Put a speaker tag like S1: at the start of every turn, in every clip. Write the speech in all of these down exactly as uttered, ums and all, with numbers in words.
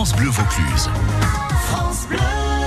S1: France Bleu Vaucluse. France Bleu.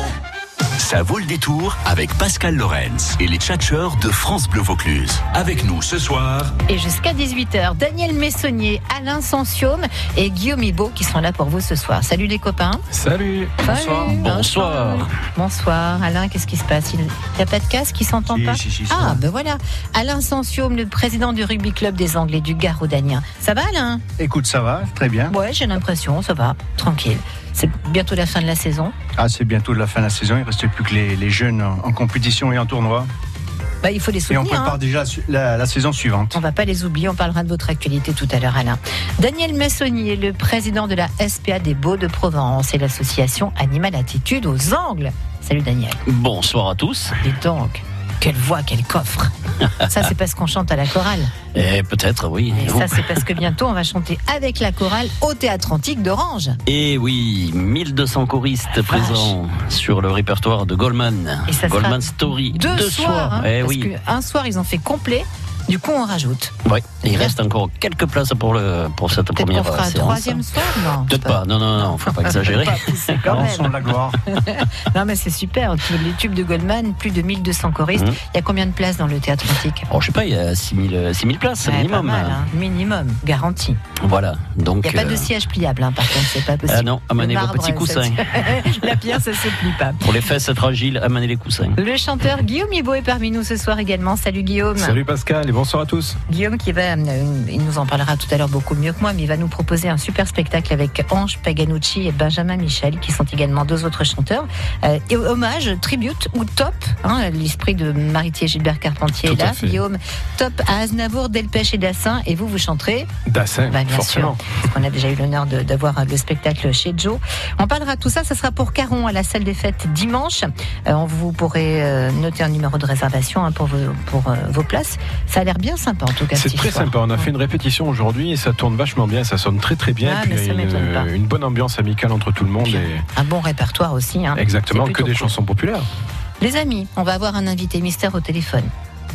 S1: Ça vaut le détour avec Pascal Lorenz et les tchatcheurs de France Bleu Vaucluse. Avec nous ce soir.
S2: Et jusqu'à dix-huit heures, Daniel Messonnier, Alain Sansiome et Guillaume Ibo qui sont là pour vous ce soir. Salut les copains.
S3: Salut.
S2: Bonsoir.
S4: Bonsoir.
S2: Bonsoir. Alain, qu'est-ce qui se passe? Il n'y a pas de casque, il ne s'entend
S3: Si,
S2: pas
S3: si, si,
S2: Ah,
S3: ça.
S2: ben voilà. Alain Sansiome, le président du rugby club des Anglais du Gard-Audanien. Ça va Alain?
S3: Écoute, ça va, très bien.
S2: Ouais, j'ai l'impression, ça va, tranquille. C'est bientôt la fin de la saison.
S3: Ah, c'est bientôt la fin de la saison. Il ne reste plus que les, les jeunes en, en compétition et en tournoi.
S2: Bah, il faut les
S3: Et
S2: soutenir.
S3: on prépare
S2: hein.
S3: déjà la, la saison suivante.
S2: On ne va pas les oublier, on parlera de votre actualité tout à l'heure, Alain. Daniel Messonnier, le président de la S P A des Baux-de-Provence et l'association Animal Attitude aux Angles. Salut Daniel.
S4: Bonsoir à tous.
S2: Dites donc, quelle voix, quel coffre. Ça, c'est parce qu'on chante à la chorale.
S4: Et peut-être, oui.
S2: Et ça, c'est parce que bientôt, on va chanter avec la chorale au Théâtre Antique d'Orange.
S4: Et oui, mille deux cents choristes présents sur le répertoire de Goldman.
S2: Et ça sera
S4: Goldman Story.
S2: Deux, soirs, hein,
S4: Eh
S2: parce
S4: oui.
S2: qu'un soir, ils ont fait complet. Du coup, on rajoute.
S4: Ouais. Il reste encore quelques places pour, le, pour cette
S2: Peut-être
S4: première
S2: qu'on fera un
S4: séance.
S2: troisième soir, non?
S4: Peut-être pas. Non, non, non, faut pas exagérer.
S2: Pas pousser quand
S3: En
S2: même.
S3: son de la gloire.
S2: Non, mais c'est super. Les tubes de Goldman, plus de mille deux cents choristes.
S4: Mmh.
S2: Il y a combien de places dans le Théâtre Antique?
S4: Oh, je sais pas, il y a six mille places
S2: Ouais,
S4: minimum.
S2: pas mal, hein. Minimum, garanti.
S4: Voilà. Donc,
S2: Il n'y a pas de
S4: euh,
S2: siège pliable, hein, par contre, c'est pas possible.
S4: Ah non, amenez
S2: Le
S4: vos
S2: marbre,
S4: petits
S2: ça
S4: coussins.
S2: se- La pierre, ça se plie pas.
S4: pour les fesses fragiles, amenez les coussins.
S2: Le chanteur Guillaume Ibo est parmi nous ce soir également. Salut Guillaume.
S3: Salut Pascal et bonsoir à tous.
S2: Guillaume qui va, euh, il nous en parlera tout à l'heure beaucoup mieux que moi, mais il va nous proposer un super spectacle avec Ange Paganucci et Benjamin Michel, qui sont également deux autres chanteurs. Euh, et hommage, tribute ou top, hein, l'esprit de Maritier Gilbert Carpentier
S3: Tout
S2: est
S3: à
S2: là.
S3: fait.
S2: Guillaume, top à Aznavour, Delpech et Dassin. Et vous, vous chanterez
S3: Dassin,
S2: bah, bien
S3: forcément.
S2: sûr, parce qu'on a déjà eu l'honneur de- d'avoir le spectacle chez Joe. On parlera de tout ça, ça sera pour Caron à la salle des fêtes dimanche. Euh, vous pourrez euh, noter un numéro de réservation hein, pour, vos, pour euh, vos places. Ça a l'air bien sympa en tout cas.
S5: C'est
S2: ce
S5: très
S2: soir.
S5: sympa, on a fait une répétition aujourd'hui et ça tourne vachement bien, ça sonne très très bien.
S2: Ah,
S5: et puis
S2: mais
S5: il y
S2: ça
S5: a
S2: m'étonne pas.
S5: une, une bonne ambiance amicale entre tout le monde.
S2: Puis,
S5: Et...
S2: Un bon répertoire aussi. Hein.
S5: Exactement,
S2: C'est
S5: que
S2: plutôt
S5: des
S2: cool.
S5: chansons populaires.
S2: Les amis, on va avoir un invité mystère au téléphone.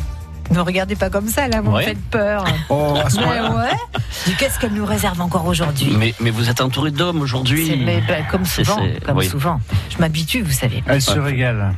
S2: Ne regardez pas comme ça, là, vous
S4: Ouais.
S2: me faites peur.
S3: Oh, à ce
S2: Mais
S3: moment-là.
S2: ouais. Mais qu'est-ce qu'elle nous réserve encore aujourd'hui?
S4: Mais, mais vous êtes entouré d'hommes
S2: C'est-
S4: aujourd'hui.
S2: mais, bah, Comme
S4: C'est-
S2: souvent,
S4: c'est-
S2: comme
S4: oui.
S2: souvent. Je m'habitue, vous savez.
S3: Elle se régale.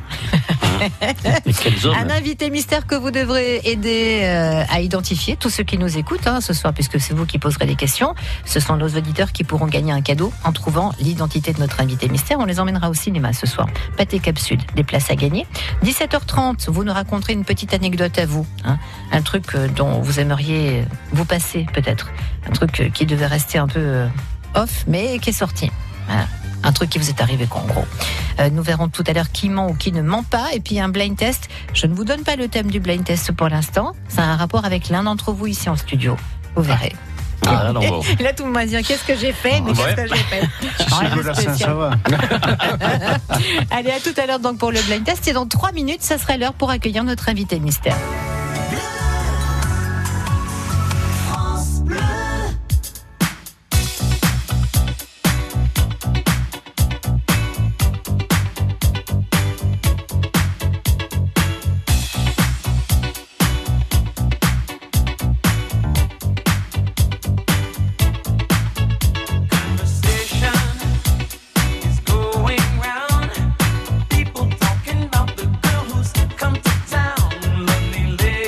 S4: Et quels hommes.
S2: Un invité mystère que vous devrez aider euh, à identifier, tous ceux qui nous écoutent hein, ce soir, puisque c'est vous qui poserez les questions. Ce sont nos auditeurs qui pourront gagner un cadeau en trouvant l'identité de notre invité mystère. On les emmènera au cinéma ce soir. Pâté Capsule, des places à gagner. dix-sept heures trente, vous nous raconterez une petite anecdote à vous. Hein, un truc euh, dont vous aimeriez vous passer peut-être. Un truc euh, qui devait rester un peu euh, off, mais qui est sorti. Voilà. Un truc qui vous est arrivé qu'en gros. Euh, nous verrons tout à l'heure qui ment ou qui ne ment pas. Et puis un blind test. Je ne vous donne pas le thème du blind test pour l'instant. Ça a un rapport avec l'un d'entre vous ici en studio. Vous verrez.
S4: Ah, non, bon.
S2: Et là, tout le monde va dire qu'est-ce que j'ai fait, mais
S4: Ouais.
S2: qu'est-ce que j'ai fait.
S3: Si c'est
S2: Rien de
S3: Godassin,
S2: spécial.
S3: ça va.
S2: Allez, à tout à l'heure donc pour le blind test. Et dans trois minutes, ça serait l'heure pour accueillir notre invité mystère.
S6: People talking about the girl who's come to town. Lonely lady.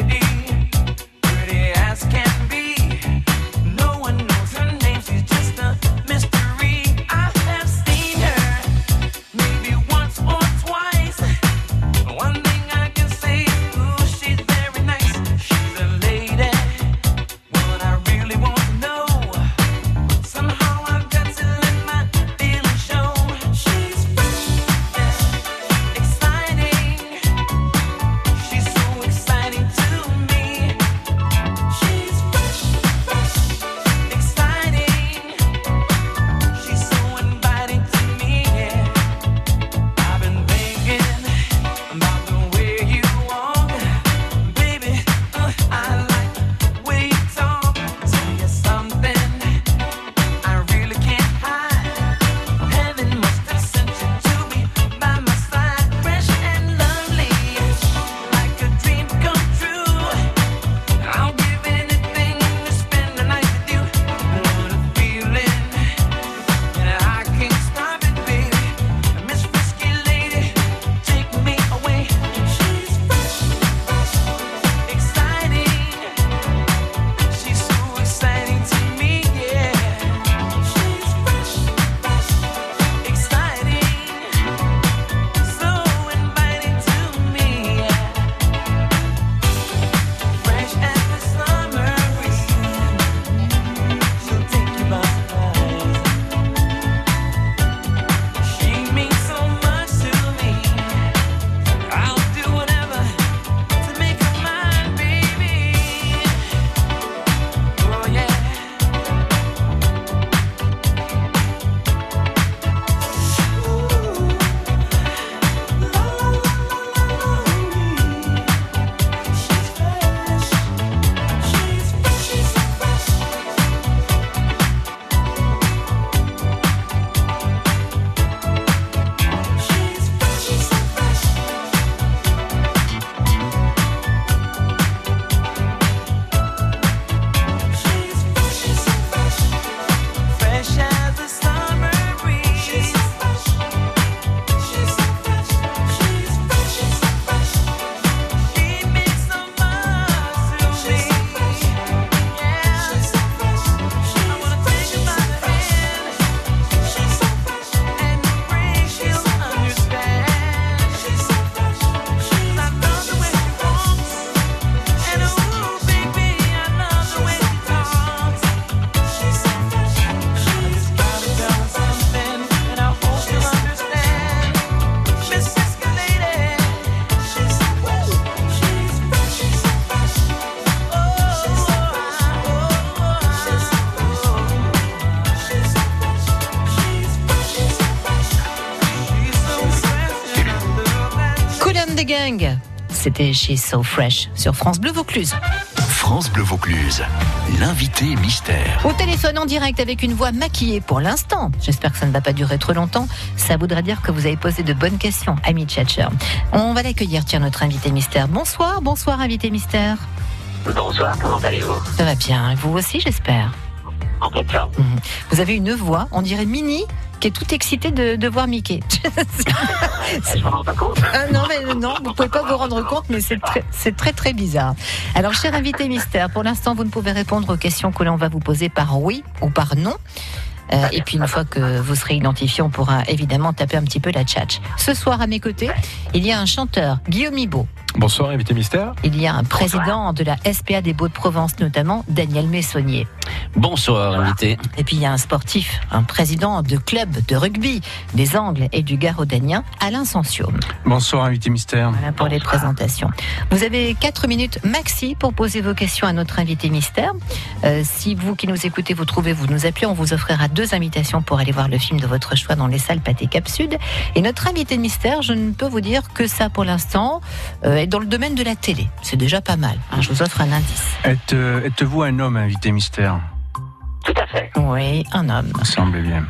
S2: and the Gang. C'était chez So Fresh sur France Bleu Vaucluse.
S1: France Bleu Vaucluse, l'invité mystère.
S2: Au téléphone en direct avec une voix maquillée pour l'instant. J'espère que ça ne va pas durer trop longtemps. Ça voudra dire que vous avez posé de bonnes questions, ami Tchatcher. On va l'accueillir, tiens, notre invité mystère. Bonsoir, bonsoir, invité mystère.
S6: Bonsoir, comment allez-vous?
S2: Ça va bien, et vous aussi, j'espère.
S6: En pleine forme.
S2: Mmh. Vous avez une voix, on dirait Minnie, qui est toute excitée de, de voir Mickey.
S6: Je m'en rends pas compte.
S2: Ah non, mais non, vous pouvez pas vous rendre compte, mais c'est très, c'est très très bizarre. Alors, cher invité mystère, pour l'instant, vous ne pouvez répondre aux questions que l'on va vous poser par oui ou par non. Euh, et puis une fois que vous serez identifié, on pourra évidemment taper un petit peu la tchatch. Ce soir, à mes côtés, il y a un chanteur, Guillaume Ibo.
S5: Bonsoir, invité mystère.
S2: Il y a un président de la S P A des Baux-de-Provence, notamment Daniel Messonnier.
S4: Bonsoir, invité.
S2: Et puis il y a un sportif, un président de club de rugby des Angles et du Garaudagnin, Alain Sanciaume.
S3: Bonsoir, invité mystère.
S2: Voilà pour les présentations. Vous avez quatre minutes maxi pour poser vos questions à notre invité mystère. Euh, si vous qui nous écoutez, vous trouvez, vous nous appelez, on vous offrira deux invitations pour aller voir le film de votre choix dans les salles Pathé Cap Sud. Et notre invité mystère, je ne peux vous dire que ça pour l'instant, euh, est dans le domaine de la télé. C'est déjà pas mal. Hein, je vous offre un indice.
S3: Êtes, euh, êtes-vous un homme, invité mystère?
S6: Tout à fait.
S2: Oui, un homme.
S3: Ça semble bien.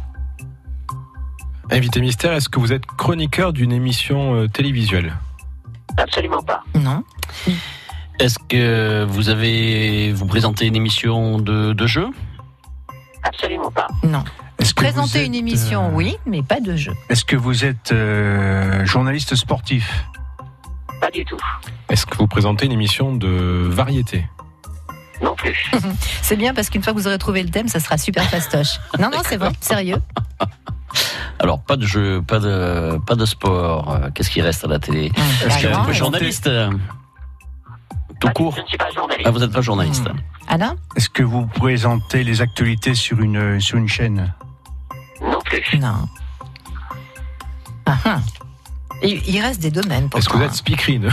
S5: Invité mystère, est-ce que vous êtes chroniqueur d'une émission euh, télévisuelle?
S6: Absolument pas.
S2: Non.
S4: Est-ce que vous avez vous présentez une émission de, de jeu?
S6: Absolument pas.
S2: Non.
S3: Est-ce que
S2: Présenter
S3: vous êtes,
S2: une émission,
S3: euh,
S2: oui, mais pas de jeu.
S3: Est-ce que vous êtes euh, journaliste sportif?
S6: Pas du tout.
S5: Est-ce que vous présentez une émission de variété?
S6: Non plus.
S2: C'est bien parce qu'une fois que vous aurez trouvé le thème, ça sera super fastoche. Non, non, c'est vrai, sérieux.
S4: Alors, pas de jeu, pas de, pas de sport. Euh, Qu'est-ce qui reste à la télé?
S3: Est-ce que
S2: D'accord.
S4: Vous êtes journaliste euh, tout
S6: Pas du-
S4: court?
S6: Je ne suis pas journaliste.
S4: Ah, vous n'êtes pas journaliste.
S2: Alain?
S3: Est-ce que vous présentez les actualités sur une, sur une chaîne?
S6: Non plus.
S2: Non. Ah, ah. Il, il reste des domaines pour
S5: Est-ce que vous êtes speakerine?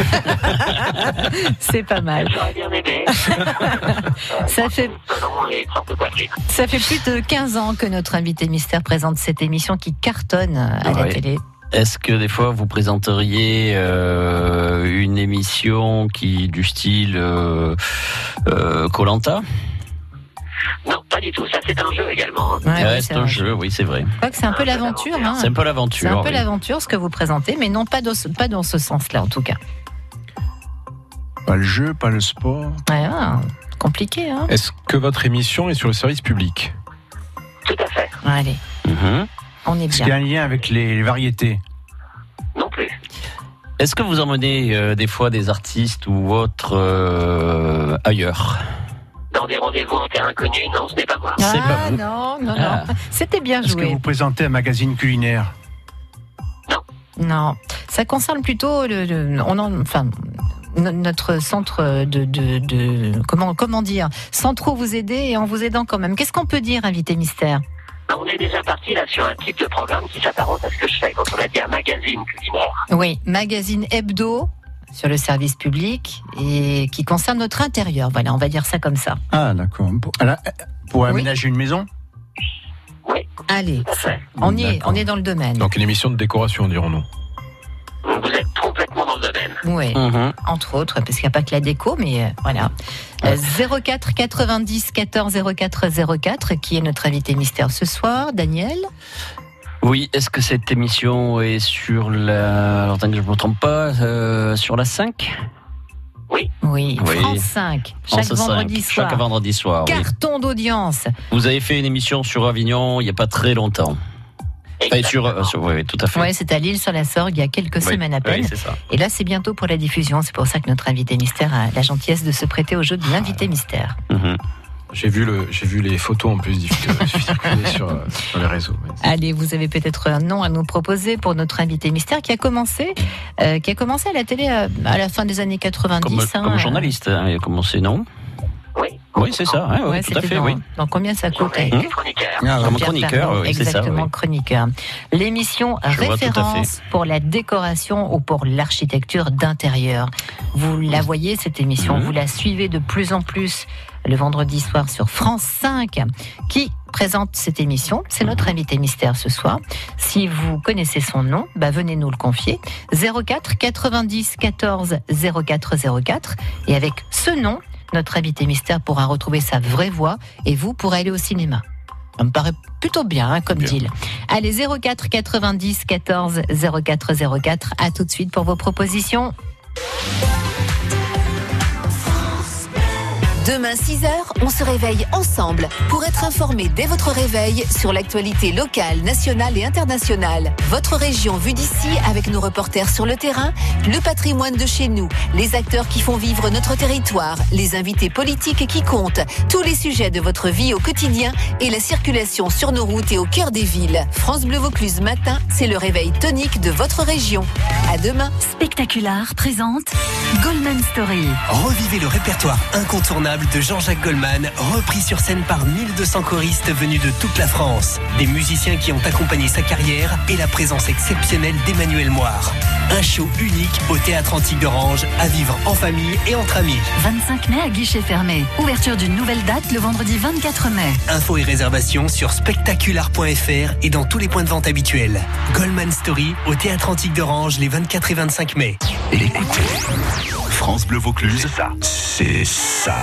S2: C'est pas mal.
S6: J'aurais bien aimé.
S2: Ça fait,
S6: Selon les sortes de poitrine.
S2: ça fait plus de quinze ans que notre invité mystère présente cette émission qui cartonne à la
S4: Ouais.
S2: télé.
S4: Est-ce que des fois vous présenteriez euh, une émission qui du style euh, euh, Koh-Lanta?
S6: Non, pas du tout. Ça, c'est un jeu également.
S2: Ouais,
S4: Ouais,
S2: oui,
S4: c'est
S2: c'est
S4: un
S2: vrai.
S4: jeu, oui, c'est vrai.
S2: Je crois que c'est un peu l'aventure. Hein.
S4: C'est un peu l'aventure.
S2: C'est un peu
S4: oui.
S2: l'aventure ce que vous présentez, mais non pas dans ce, pas dans ce sens-là en tout cas.
S3: Pas le jeu, pas le sport.
S2: Ouais, ah, compliqué, hein.
S5: Est-ce que votre émission est sur le service public?
S6: Tout à fait.
S2: Allez,
S4: Mhm.
S2: on est
S3: Est-ce qu'il y
S2: bien.
S3: a un lien avec les, les variétés?
S6: Non plus.
S4: Est-ce que vous emmenez euh, des fois des artistes ou autres euh, ailleurs?
S6: Dans des rendez-vous en terrain inconnu, non, ce n'est pas moi.
S4: c'est
S2: Ah
S4: pas vous.
S2: non, non,
S4: Ah.
S2: non. C'était bien
S3: Est-ce que
S2: joué.
S3: vous présentez un magazine culinaire?
S2: Non, ça concerne plutôt le, le- on en, enfin, no- notre centre de, de, de comment, comment dire, sans trop vous aider et en vous aidant quand même. Qu'est-ce qu'on peut dire, invité mystère?
S6: On est déjà parti là sur un type de programme qui s'apparente à ce que je fais. Quand on a dit un magazine culinaire.
S2: Oui, magazine hebdo sur le service public et qui concerne notre intérieur. Voilà, on va dire ça comme ça.
S3: Ah, d'accord. Pour, alors, pour
S2: Oui.
S3: aménager une maison?
S6: Oui,
S2: Allez,
S6: tout à fait.
S2: on y est,
S3: D'accord.
S2: on est dans le domaine.
S5: Donc une émission de décoration, dirons-nous.
S6: Vous êtes complètement dans le domaine.
S2: Oui.
S4: Mhm.
S2: Entre autres, parce qu'il n'y a pas que la déco, mais euh, voilà. Euh, zéro quatre quatre-vingt-dix quatorze zéro quatre zéro quatre, qui est notre invité mystère ce soir, Daniel.
S4: Oui, est-ce que cette émission est sur la... Alors, tant que je ne me trompe pas, euh, sur la cinq?
S2: Oui,
S4: Oui.
S2: France cinq, chaque
S4: France cinq,
S2: vendredi soir.
S4: Chaque vendredi soir, oui.
S2: Carton d'audience.
S4: Vous avez fait une émission sur Avignon il n'y a pas très longtemps. Enfin, sur, euh, sur- oui, oui, tout à fait.
S2: Ouais, c'était à l'Île-sur-la-Sorgue il y a quelques
S4: Oui,
S2: semaines à peine.
S4: oui, c'est ça.
S2: Et là, c'est bientôt pour la diffusion. C'est pour ça que notre invité mystère a la gentillesse de se prêter au jeu de l'invité mystère.
S4: Mhm.
S5: J'ai vu, le, j'ai vu les photos en plus diffusées circuler sur, euh, sur les réseaux.
S2: Allez, vous avez peut-être un nom à nous proposer pour notre invité mystère qui a commencé, euh, qui a commencé à la télé à, à la fin des années quatre-vingt-dix.
S4: Comme,
S2: hein.
S4: comme journaliste, hein, il a commencé, non?
S6: Oui.
S4: Oui, c'est ça, hein, oui,
S2: Ouais,
S4: tout à
S2: c'était
S4: fait,
S2: dans,
S4: oui.
S2: dans combien ça coûte
S6: Et
S2: hein
S6: les chroniqueurs.
S3: Ah,
S4: Comme
S2: Pierre
S4: chroniqueur,
S2: Pernaut,
S4: oui, c'est ça,
S2: exactement,
S4: oui.
S2: chroniqueur. L'émission
S4: Je vois tout à
S2: référence pour la décoration ou pour l'architecture d'intérieur. Vous la voyez, cette émission,
S4: Mhm.
S2: vous la suivez de plus en plus le vendredi soir sur France cinq, qui présente cette émission. C'est notre invité mystère ce soir. Si vous connaissez son nom, bah venez nous le confier. zéro quatre quatre-vingt-dix quatorze zéro quatre zéro quatre. Et avec ce nom, notre invité mystère pourra retrouver sa vraie voix et vous pourrez aller au cinéma. Ça me paraît plutôt bien, hein, comme deal. Allez, zéro quatre quatre-vingt-dix quatorze zéro quatre zéro quatre. À tout de suite pour vos propositions.
S7: Demain six heures, on se réveille ensemble pour être informé dès votre réveil sur l'actualité locale, nationale et internationale. Votre région vue d'ici avec nos reporters sur le terrain, le patrimoine de chez nous, les acteurs qui font vivre notre territoire, les invités politiques qui comptent, tous les sujets de votre vie au quotidien et la circulation sur nos routes et au cœur des villes. France Bleu Vaucluse matin, c'est le réveil tonique de votre région. À demain.
S8: Spectacular présente Goldman Story.
S9: Revivez le répertoire incontournable de Jean-Jacques Goldman, repris sur scène par mille deux cents choristes venus de toute la France. Des musiciens qui ont accompagné sa carrière et la présence exceptionnelle d'Emmanuel Moire. Un show unique au Théâtre Antique d'Orange, à vivre en famille et entre amis.
S8: vingt-cinq mai à guichet fermé. Ouverture d'une nouvelle date le vendredi vingt-quatre mai.
S9: Infos et réservations sur spectacular point f r et dans tous les points de vente habituels. Goldman Story au Théâtre Antique d'Orange les vingt-quatre et vingt-cinq mai.
S1: Et écoutez, France Bleu Vaucluse, c'est ça.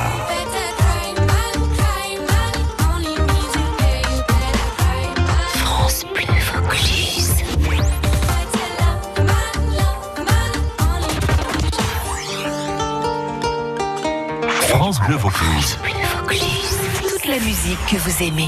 S7: France Bleu Vaucluse.
S1: France Bleu Vaucluse.
S7: Toute la musique que vous aimez.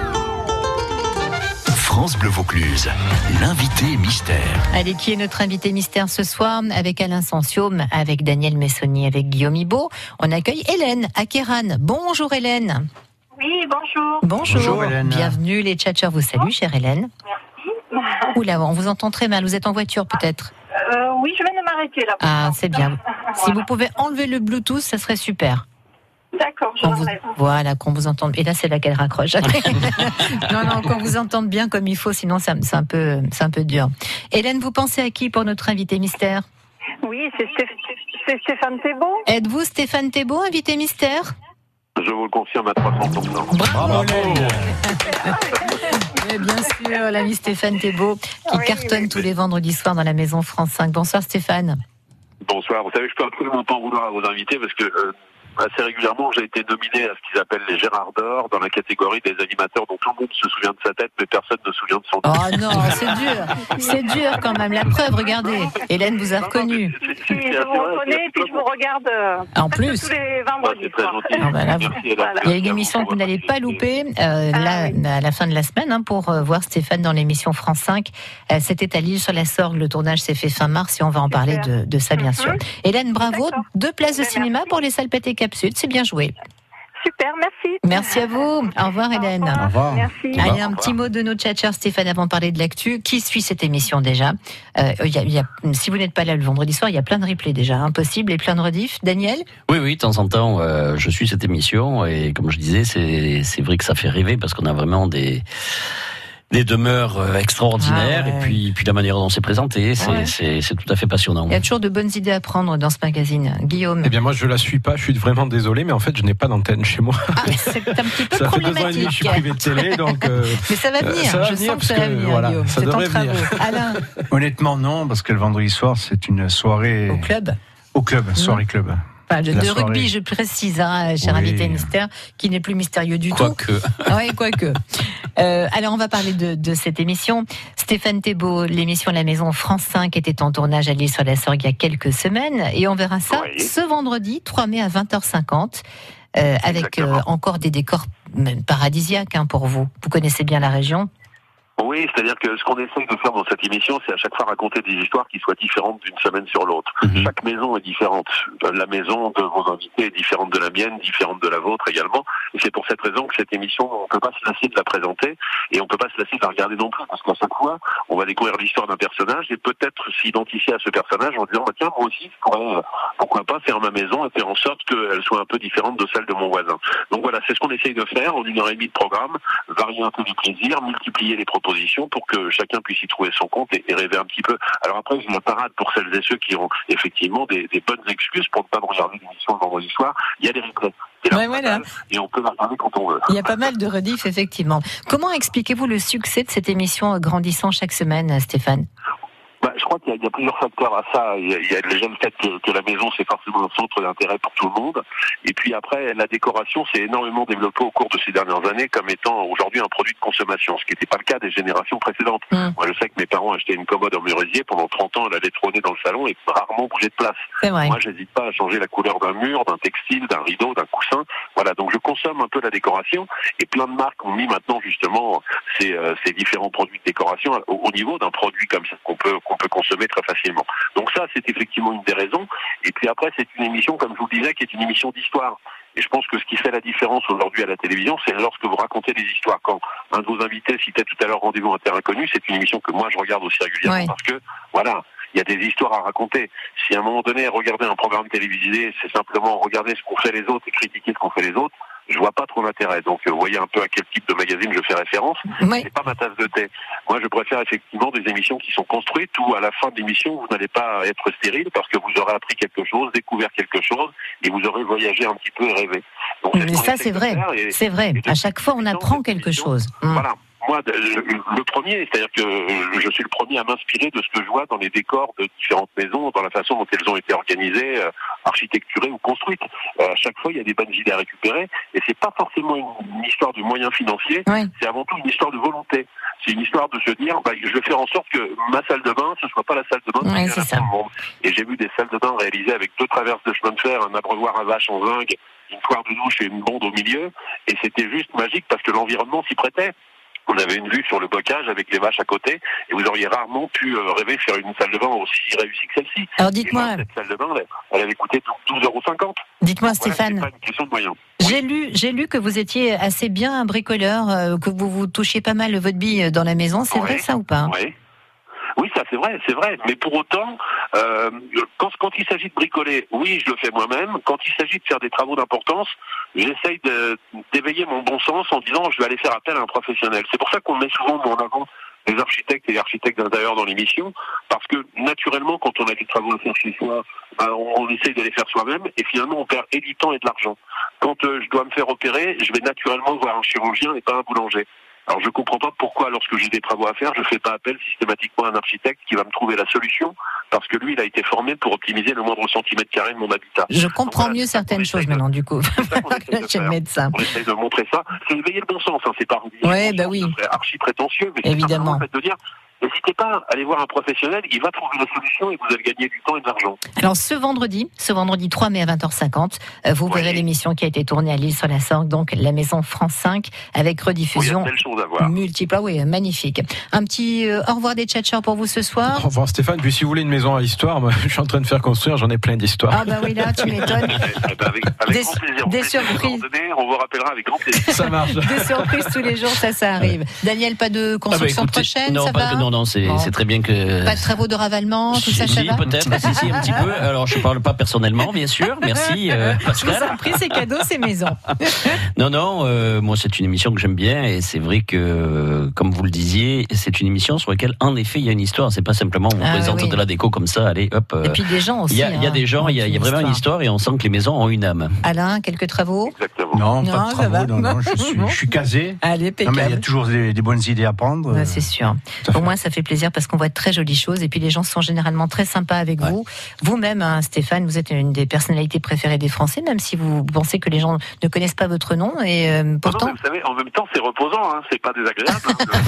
S1: France Bleu Vaucluse, l'invité mystère.
S2: Allez, qui est notre invité mystère ce soir? Avec Alain Sensiaume, avec Daniel Messonnier, avec Guillaume Ibaud. On accueille Hélène à Kéran. Bonjour Hélène.
S10: Oui, bonjour.
S2: Bonjour.
S3: Bonjour, Hélène.
S2: Bienvenue, les tchatchers vous saluent, chère Hélène.
S10: Merci.
S2: Oula, on vous entend très mal. Vous êtes en voiture peut-être?
S10: Euh, oui, je viens de m'arrêter là.
S2: Ah, c'est bien.
S10: Voilà.
S2: Si vous pouvez enlever le Bluetooth, ça serait super.
S10: D'accord, je
S2: Qu'on vous-
S10: l'enlève.
S2: Voilà, qu'on vous entende. Et là, c'est là qu'elle raccroche. non, non, qu'on vous entende bien comme il faut, sinon ça- c'est un peu, c'est un peu dur. Hélène, vous pensez à qui pour notre invité mystère?
S10: Oui, c'est Stéph- c'est Stéphane Thébault.
S2: Êtes-vous Stéphane Thébault, invité mystère?
S6: Je vous le confirme à trois cents pour cent.
S2: Bravo, Hélène. Mais bien sûr, l'ami Stéphane Thébault, qui
S10: Oui,
S2: cartonne
S10: oui.
S2: tous les vendredis soirs dans la maison France cinq. Bonsoir Stéphane.
S6: Bonsoir. Vous savez, je peux absolument pas en vouloir à vos invités parce que euh, assez régulièrement, j'ai été nominé à ce qu'ils appellent les Gérard d'Or dans la catégorie des animateurs dont tout le monde se souvient de sa tête, mais personne ne se souvient de son nom.
S2: Oh non, c'est dur. C'est dur quand même. La preuve, regardez. Hélène vous a reconnu.
S10: Oui, je vous reconnais et puis je vous regarde euh,
S2: En
S10: presque
S2: plus.
S10: tous les
S6: Ouais,
S10: vendredis.
S6: c'est très
S10: soirs.
S6: gentil.
S2: Ah bah là, vous-
S6: Merci, Hélène.
S10: Voilà.
S2: Il y a une
S6: Merci à
S2: émission
S6: vous
S2: que vous
S6: pour
S2: n'allez
S6: votre
S2: pas
S6: fidélité.
S2: louper euh,
S10: Ah
S2: là,
S10: oui.
S2: à la fin de la semaine hein, pour euh, voir Stéphane dans l'émission France cinq. Euh, C'était à Lille sur la Sorgue. Le tournage s'est fait fin mars et on va en parler de, de ça bien
S10: Mhm.
S2: sûr. Hélène, bravo.
S10: D'accord.
S2: Deux places de
S10: Mais
S2: cinéma
S10: merci.
S2: pour les Salpêtres et Capsules. C'est bien joué.
S10: Super, merci.
S2: Merci à vous. Au revoir Hélène.
S10: Au revoir. Merci.
S2: Allez, un petit mot de nos tchatchers, Stéphane, avant de parler de l'actu. Qui suit cette émission déjà euh, il y a, il y a, Si vous n'êtes pas là le vendredi soir, il y a plein de replays déjà, impossible, et plein de rediffs. Daniel?
S4: Oui, oui, de temps en temps, euh, je suis cette émission et comme je disais, c'est c'est vrai que ça fait rêver parce qu'on a vraiment des des demeures euh, extraordinaires
S2: Ah ouais.
S4: et puis puis la manière dont c'est présenté, c'est
S2: Ouais.
S4: c'est c'est tout à fait passionnant.
S2: Il y a toujours de bonnes idées à prendre dans ce magazine. Guillaume?
S5: Eh bien, moi, je la suis pas. Je suis vraiment désolé, mais en fait, je n'ai pas d'antenne chez moi.
S2: Ah, c'est un petit peu
S5: Ça fait deux ans et demi que
S2: problématique.
S5: je suis privé de télé, donc. euh,
S2: Mais ça va
S5: Euh,
S2: venir,
S5: ça va
S2: je
S5: venir,
S2: sens que
S5: parce
S2: ça va
S5: que,
S2: venir,
S5: voilà,
S2: Guillaume.
S5: ça
S2: C'est en
S5: devrait
S2: travaux.
S5: venir.
S2: Alain,
S3: Honnêtement, non, parce que le vendredi soir, c'est une soirée
S2: au club
S3: au club, soirée club.
S2: enfin, de,
S3: La
S2: de
S3: soirée.
S2: rugby, je précise, hein, cher
S3: Oui.
S2: invité mystère, qui n'est plus mystérieux du tout.
S4: Quoique.
S2: Oui, quoique. Euh, alors, on va parler de, de cette émission. Stéphane Thébault, l'émission La Maison France cinq était en tournage à Lille sur la Sorgue il y a quelques semaines. Et on verra ça
S6: Oui.
S2: ce vendredi, trois mai à vingt heures cinquante, euh, avec euh,
S6: Exactement.
S2: encore des décors même paradisiaques hein, pour vous. Vous connaissez bien la région.
S6: Oui, c'est-à-dire que ce qu'on essaye de faire dans cette émission, c'est à chaque fois raconter des histoires qui soient différentes d'une semaine sur l'autre.
S4: Mhm.
S6: Chaque maison est différente. La maison de vos invités est différente de la mienne, différente de la vôtre également. Et c'est pour cette raison que cette émission, on ne peut pas se lasser de la présenter et on ne peut pas se lasser de la regarder non plus. Parce qu'à chaque fois, on va découvrir l'histoire d'un personnage et peut-être s'identifier à ce personnage en disant, bah, tiens, moi aussi, je pourrais, euh, pourquoi pas faire ma maison et faire en sorte qu'elle soit un peu différente de celle de mon voisin. Donc voilà, c'est ce qu'on essaye de faire en une heure et demie de programme, varier un peu les plaisirs, multiplier les propositions pour que chacun puisse y trouver son compte et, et rêver un petit peu. Alors après, j'ai la parade pour celles et ceux qui ont effectivement des, des bonnes excuses pour ne pas me regarder l'émission le vendredi soir. Il y a des replays. C'est
S2: Ouais, voilà.
S6: Et on peut la regarder quand on veut.
S2: Il y a pas mal de rediff, effectivement. Comment expliquez-vous le succès de cette émission grandissant chaque semaine, Stéphane ?
S6: Bah, je crois qu'il y, a, il y a plusieurs facteurs à ça. Il y a, il y a déjà le fait que, que la maison, c'est forcément un centre d'intérêt pour tout le monde. Et puis après, la décoration s'est énormément développée au cours de ces dernières années comme étant aujourd'hui un produit de consommation, ce qui n'était pas le cas des générations précédentes. Mmh. Moi, je sais que mes parents achetaient une commode en merisier. Pendant trente ans, elle allait trôner dans le salon et rarement bouger de place.
S2: C'est vrai.
S6: Moi, j'hésite pas à changer la couleur d'un mur, d'un textile, d'un rideau, d'un coussin. Voilà, donc je consomme un peu la décoration. Et plein de marques ont mis maintenant justement ces, euh, ces différents produits de décoration au, au niveau d'un produit comme ça qu'on peut, qu'on peut consommer très facilement. Donc ça, c'est effectivement une des raisons. Et puis après, c'est une émission, comme je vous le disais, qui est une émission d'histoire. Et je pense que ce qui fait la différence aujourd'hui à la télévision, c'est lorsque vous racontez des histoires. Quand un de vos invités citait tout à l'heure Rendez-vous à Terre Inconnue, c'est une émission que moi je regarde aussi régulièrement ouais. parce que, voilà, il y a des histoires à raconter. Si à un moment donné, regarder un programme télévisé, c'est simplement regarder ce qu'ont fait les autres et critiquer ce qu'ont fait les autres, je vois pas trop l'intérêt. Donc, vous voyez un peu à quel type de magazine je fais référence. Oui. C'est pas ma tasse de thé. Moi, je préfère effectivement des émissions qui sont construites où, à la fin de l'émission, vous n'allez pas être stérile parce que vous aurez appris quelque chose, découvert quelque chose et vous aurez voyagé un petit peu et rêvé.
S2: Donc, mais ça, c'est vrai. Et, c'est vrai. À chaque fois, on apprend quelque chose.
S6: Voilà. Moi, le premier, c'est-à-dire que je suis le premier à m'inspirer de ce que je vois dans les décors de différentes maisons, dans la façon dont elles ont été organisées, euh, architecturées ou construites. Euh, à chaque fois, il y a des bonnes idées à récupérer, et c'est pas forcément une, une histoire de moyens financiers, oui. c'est avant tout une histoire de volonté. C'est une histoire de se dire, bah, je vais faire en sorte que ma salle de bain, ce soit pas la salle de bain
S2: oui,
S6: de tout le monde. Et j'ai vu des salles de bain réalisées avec deux traverses de chemin de fer, un abreuvoir à vache en zinc, une poire de douche et une bonde au milieu, et c'était juste magique parce que l'environnement s'y prêtait. Vous avez une vue sur le bocage avec les vaches à côté et vous auriez rarement pu euh, rêver de faire une salle de bain aussi réussie que celle-ci.
S2: Alors dites-moi...
S6: Et cette salle de bain, elle, elle avait coûté douze euros cinquante.
S2: Dites-moi,
S6: voilà,
S2: Stéphane,
S6: c'est pas une question de moyens.
S2: J'ai lu, j'ai lu que vous étiez assez bien un bricoleur, euh, que vous vous touchiez pas mal votre bille dans la maison. C'est ouais. vrai ça ou pas ?
S6: Oui. Oui, ça c'est vrai, c'est vrai. Mais pour autant, euh, quand, quand il s'agit de bricoler, oui, je le fais moi-même. Quand il s'agit de faire des travaux d'importance, j'essaye de, d'éveiller mon bon sens en disant je vais aller faire appel à un professionnel. C'est pour ça qu'on met souvent en avant les architectes et les architectes d'intérieur dans l'émission, parce que naturellement, quand on a des travaux à faire chez soi, ben, on, on essaye de les faire soi-même, et finalement on perd et du temps et de l'argent. Quand euh, je dois me faire opérer, je vais naturellement voir un chirurgien et pas un boulanger. Alors je comprends pas pourquoi, lorsque j'ai des travaux à faire, je fais pas appel systématiquement à un architecte qui va me trouver la solution, parce que lui, il a été formé pour optimiser le moindre centimètre carré de mon habitat.
S2: Je comprends voilà, mieux certaines choses maintenant, de... du coup.
S6: Chez le médecin. On essaye de montrer ça. C'est éveiller le bon sens, hein. C'est pas
S2: ouais, bah oui.
S6: archi prétentieux, mais
S2: évidemment.
S6: C'est de dire, n'hésitez pas à aller voir un professionnel, il va trouver la solution et vous allez gagner du temps et de l'argent.
S2: Alors ce vendredi, ce vendredi trois mai à vingt heures cinquante, vous oui. verrez l'émission qui a été tournée à l'Île-sur-la-Sorgue, donc la Maison France cinq, avec rediffusion
S6: oui,
S2: multiple. Ah oui, magnifique. Un petit euh, au revoir des tchatcheurs pour vous ce soir.
S5: Au revoir Stéphane, puis si vous voulez une maison à histoire, moi, je suis en train de faire construire, j'en ai plein d'histoires.
S2: Ah bah oui, là tu m'étonnes.
S6: eh ben avec, avec
S2: des,
S6: grand plaisir.
S2: Des surprises.
S6: On vous rappellera avec grand plaisir.
S5: Ça marche.
S2: Des surprises tous les jours, ça, ça arrive. Daniel, pas de construction ah bah écoutez, prochaine,
S4: non,
S2: ça
S4: pas,
S2: va
S4: Non, non, c'est, bon. c'est très bien que...
S2: Pas de travaux de ravalement, tout
S4: si,
S2: ça, ça
S4: si,
S2: va
S4: peut-être, si, si, un petit peu. Alors, je parle pas personnellement, bien sûr. Merci, euh, Pascal.
S2: Je vous en prie, c'est cadeau, c'est maison.
S4: non, non, euh, moi, c'est une émission que j'aime bien et c'est vrai que, comme vous le disiez, c'est une émission sur laquelle, en effet, il y a une histoire. C'est pas simplement on vous ah, présente oui. de la déco comme ça, allez, hop.
S2: Euh, et puis des gens aussi.
S4: Il y a,
S2: hein,
S4: y a des gens, il y a, y a vraiment une histoire et on sent que les maisons ont une âme.
S2: Alain, quelques travaux?
S6: Exactement.
S3: Non, non, pas de travaux, non, non, je suis, je suis casé.
S2: Allez,
S3: non, mais il y a toujours des, des bonnes idées à prendre.
S2: Ouais, c'est sûr. Au moins, ça fait plaisir parce qu'on voit de très jolies choses et puis les gens sont généralement très sympas avec ouais. vous. Vous-même, hein, Stéphane, vous êtes une des personnalités préférées des Français, même si vous pensez que les gens ne connaissent pas votre nom. Et euh, pourtant,
S6: non, non, vous savez, en même temps, c'est reposant, hein, c'est pas désagréable.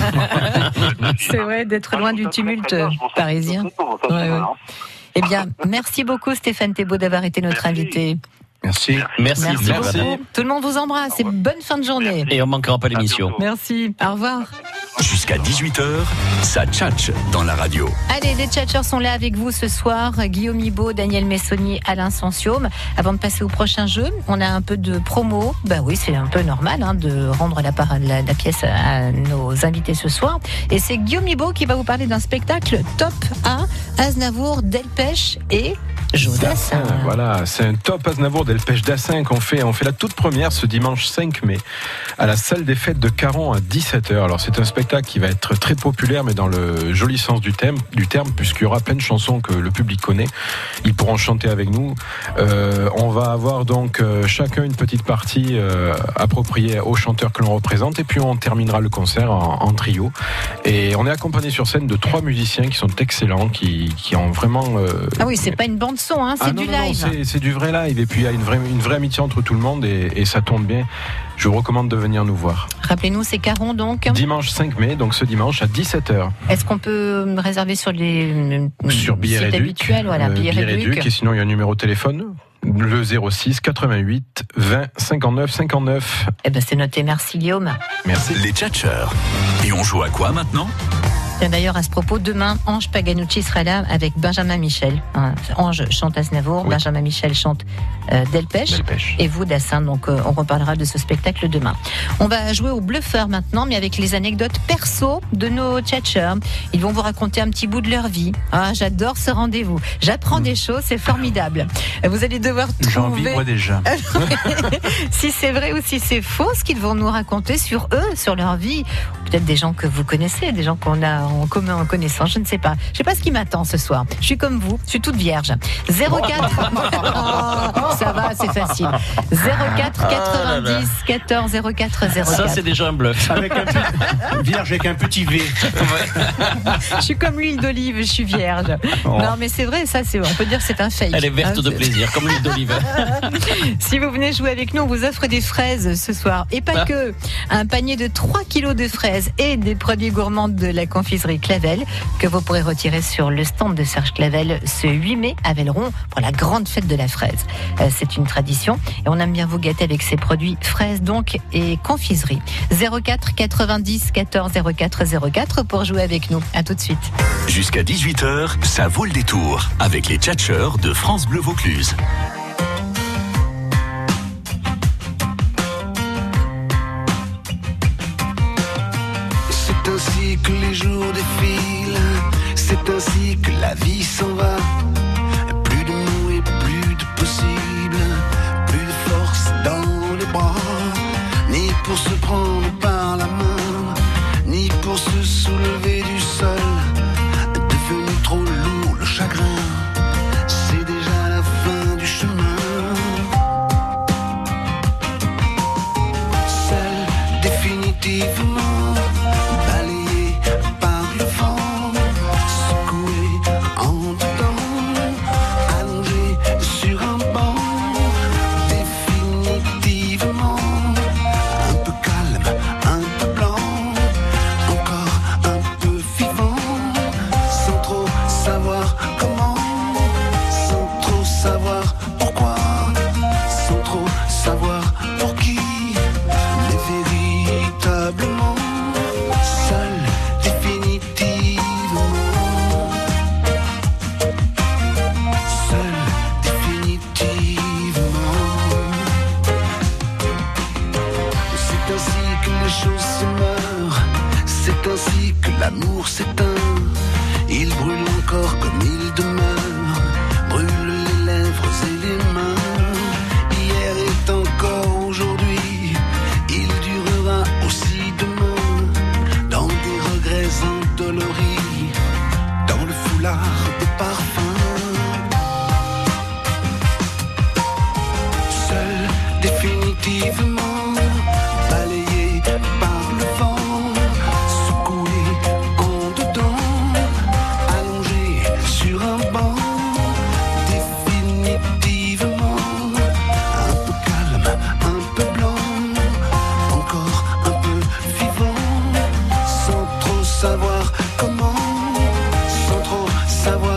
S2: Hein, de... c'est vrai d'être loin du tumulte parisien. Ouais, ouais. Eh bien, merci beaucoup, Stéphane Thébault, d'avoir été notre
S6: merci.
S2: invité.
S5: Merci.
S4: Merci.
S2: Merci, merci beaucoup. Tout le monde vous embrasse. Et bonne fin de journée.
S4: Et on manquera pas l'émission.
S2: Merci. Au revoir.
S1: Jusqu'à dix-huit heures, ça tchatche dans la radio.
S2: Allez, les tchatcheurs sont là avec vous ce soir. Guillaume Ibaud, Daniel Messonnier, Alain Sensiaume. Avant de passer au prochain jeu, on a un peu de promo. Bah oui, c'est un peu normal hein, de rendre la, part, la, la pièce à nos invités ce soir. Et c'est Guillaume Ibaud qui va vous parler d'un spectacle top A, Aznavour, Delpech et Jo Dassin.
S5: Voilà, c'est un top Aznavour d'Elpech Dassin qu'on fait. On fait la toute première ce dimanche cinq mai à la salle des fêtes de Caron à dix-sept heures. Alors c'est un spectacle qui va être très populaire, mais dans le joli sens du terme, du terme puisqu'il y aura plein de chansons que le public connaît. Ils pourront chanter avec nous. Euh, on va avoir donc euh, chacun une petite partie euh, appropriée aux chanteurs que l'on représente, et puis on terminera le concert en, en trio. Et on est accompagné sur scène de trois musiciens qui sont excellents, qui, qui ont vraiment... Euh,
S2: ah oui, c'est pas une bande son, hein, c'est
S5: ah
S2: du
S5: non, non,
S2: live.
S5: Non, c'est, c'est du vrai live, et puis il y a une vraie, une vraie amitié entre tout le monde, et, et ça tombe bien. Je vous recommande de venir nous voir.
S2: Rappelez-nous, c'est Caron donc.
S5: Dimanche cinq mai, donc ce dimanche à dix-sept heures.
S2: Est-ce qu'on peut réserver sur les
S5: sur Billets
S2: sites habituels, voilà,
S5: euh,
S2: Billets
S5: Réduc, et sinon il y a un numéro de téléphone, le zéro six quatre-vingt-huit vingt cinquante-neuf cinquante-neuf.
S2: Eh ben c'est noté, merci Guillaume.
S5: Merci.
S1: Les tchatcheurs. Et on joue à quoi maintenant ?
S2: D'ailleurs, à ce propos, demain, Ange Paganucci sera là avec Benjamin Michel. Hein, Ange chante Aznavour, oui. Benjamin Michel chante euh, Delpech, Delpech, et vous Dassin. Donc, euh, on reparlera de ce spectacle demain. On va jouer au bluffeur maintenant, mais avec les anecdotes perso de nos tchatcheurs. Ils vont vous raconter un petit bout de leur vie. Ah, j'adore ce rendez-vous. J'apprends mmh. des choses, c'est formidable. Vous allez devoir trouver...
S3: J'en vibre déjà.
S2: si c'est vrai ou si c'est faux, ce qu'ils vont nous raconter sur eux, sur leur vie. Peut-être des gens que vous connaissez, des gens qu'on a en commun, en connaissance, je ne sais pas. Je ne sais pas ce qui m'attend ce soir. Je suis comme vous, je suis toute vierge. zéro quatre oh, ça va, c'est facile. zéro quatre quatre-vingt-dix quatorze zéro quatre zéro quatre.
S4: Ça, c'est déjà un bluff.
S3: Avec un petit... Vierge avec un petit V.
S2: Je suis comme l'huile d'olive, je suis vierge. Oh. Non, mais c'est vrai, ça, c'est, on peut dire que c'est un fake.
S4: Elle est verte hein, de c'est... plaisir, comme l'huile d'olive.
S2: Si vous venez jouer avec nous, on vous offre des fraises ce soir. Et pas ah. que. Un panier de trois kilos de fraises et des produits gourmands de la confiserie Clavel que vous pourrez retirer sur le stand de Serge Clavel ce huit mai à Velleron pour la grande fête de la fraise. Euh, c'est une tradition et on aime bien vous gâter avec ces produits fraises donc et confiserie. zéro quatre quatre-vingt-dix quatorze zéro quatre zéro quatre pour jouer avec nous. À tout de suite.
S1: Jusqu'à dix-huit heures, ça vaut le détour avec les tchatcheurs de France Bleu Vaucluse.
S11: C'est ainsi que les jours défilent, c'est ainsi que la vie s'en va. Plus de mots et plus de possible, plus de force dans les bras, ni pour se prendre par la main, ni pour se soulever du sol. Devenu trop lourd le chagrin, c'est déjà la fin du chemin. Seul définitivement l'amour s'éteint, il brûle encore comme il demeure, brûle les lèvres et les mains. Hier est encore aujourd'hui, il durera aussi demain, dans des regrets endoloris, dans le foulard des parfums. Seul définitivement savoir comment, sans trop savoir.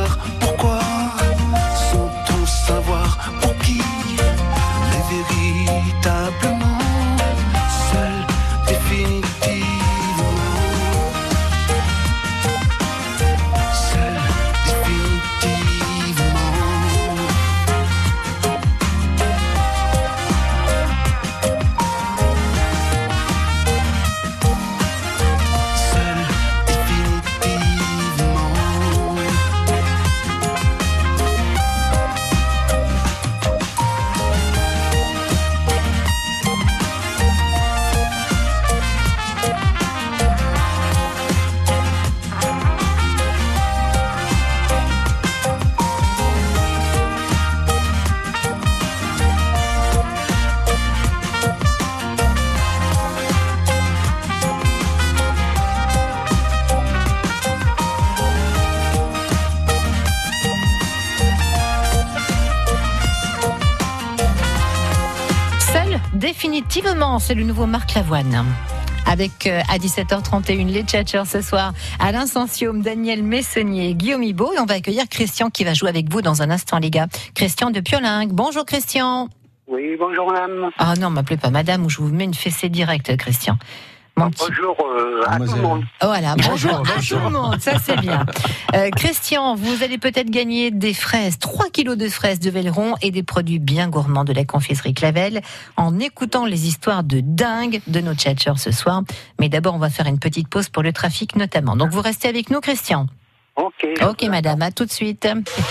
S2: définitivement, c'est le nouveau Marc Lavoine. Avec euh, à dix-sept heures trente et une les tchatchers ce soir, Alain Sensiaume, Daniel Messonnier, Guillaume Ibo, et on va accueillir Christian qui va jouer avec vous dans un instant, les gars. Christian de Piolingue. Bonjour Christian.
S12: Oui, bonjour madame.
S2: Ah non, m'appelez pas madame ou je vous mets une fessée directe, Christian. Mon petit...
S12: Bonjour euh, à tout le monde.
S2: Voilà, bonjour, bonjour à tout le monde, ça c'est bien. Euh, Christian, vous allez peut-être gagner des fraises, trois kilos de fraises de Velleron et des produits bien gourmands de la confiserie Clavel en écoutant les histoires de dingue de nos tchatchers ce soir. Mais d'abord, on va faire une petite pause pour le trafic notamment. Donc vous restez avec nous, Christian.
S12: Ok.
S2: Ok, madame, à tout de suite.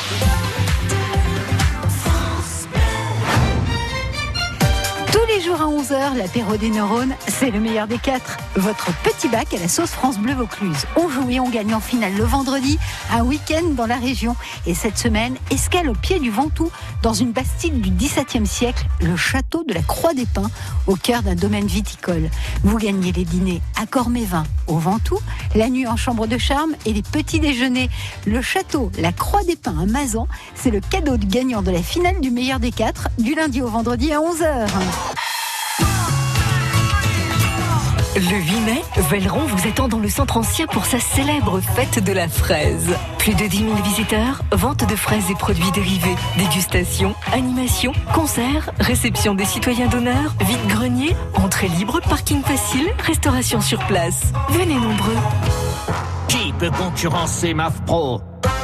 S13: Tous les jours à onze heures, l'apéro des neurones, c'est le meilleur des quatre. Votre petit bac à la sauce France Bleu Vaucluse. On joue et on gagne en finale le vendredi, un week-end dans la région. Et cette semaine, escale au pied du Ventoux, dans une bastide du dix-septième siècle, le château de la Croix des Pins, au cœur d'un domaine viticole. Vous gagnez les dîners à Cormévin, au Ventoux, la nuit en chambre de charme et les petits déjeuners. Le château, la Croix des Pins à Mazan, c'est le cadeau du gagnant de la finale du meilleur des quatre, du lundi au vendredi à onze heures.
S14: Le huit mai, Velleron vous attend dans le centre ancien pour sa célèbre fête de la fraise. Plus de dix mille visiteurs, vente de fraises et produits dérivés, dégustation, animation, concerts, réception des citoyens d'honneur, vide-grenier, entrée libre, parking facile, restauration sur place. Venez nombreux.
S15: Qui peut concurrencer M A F Pro?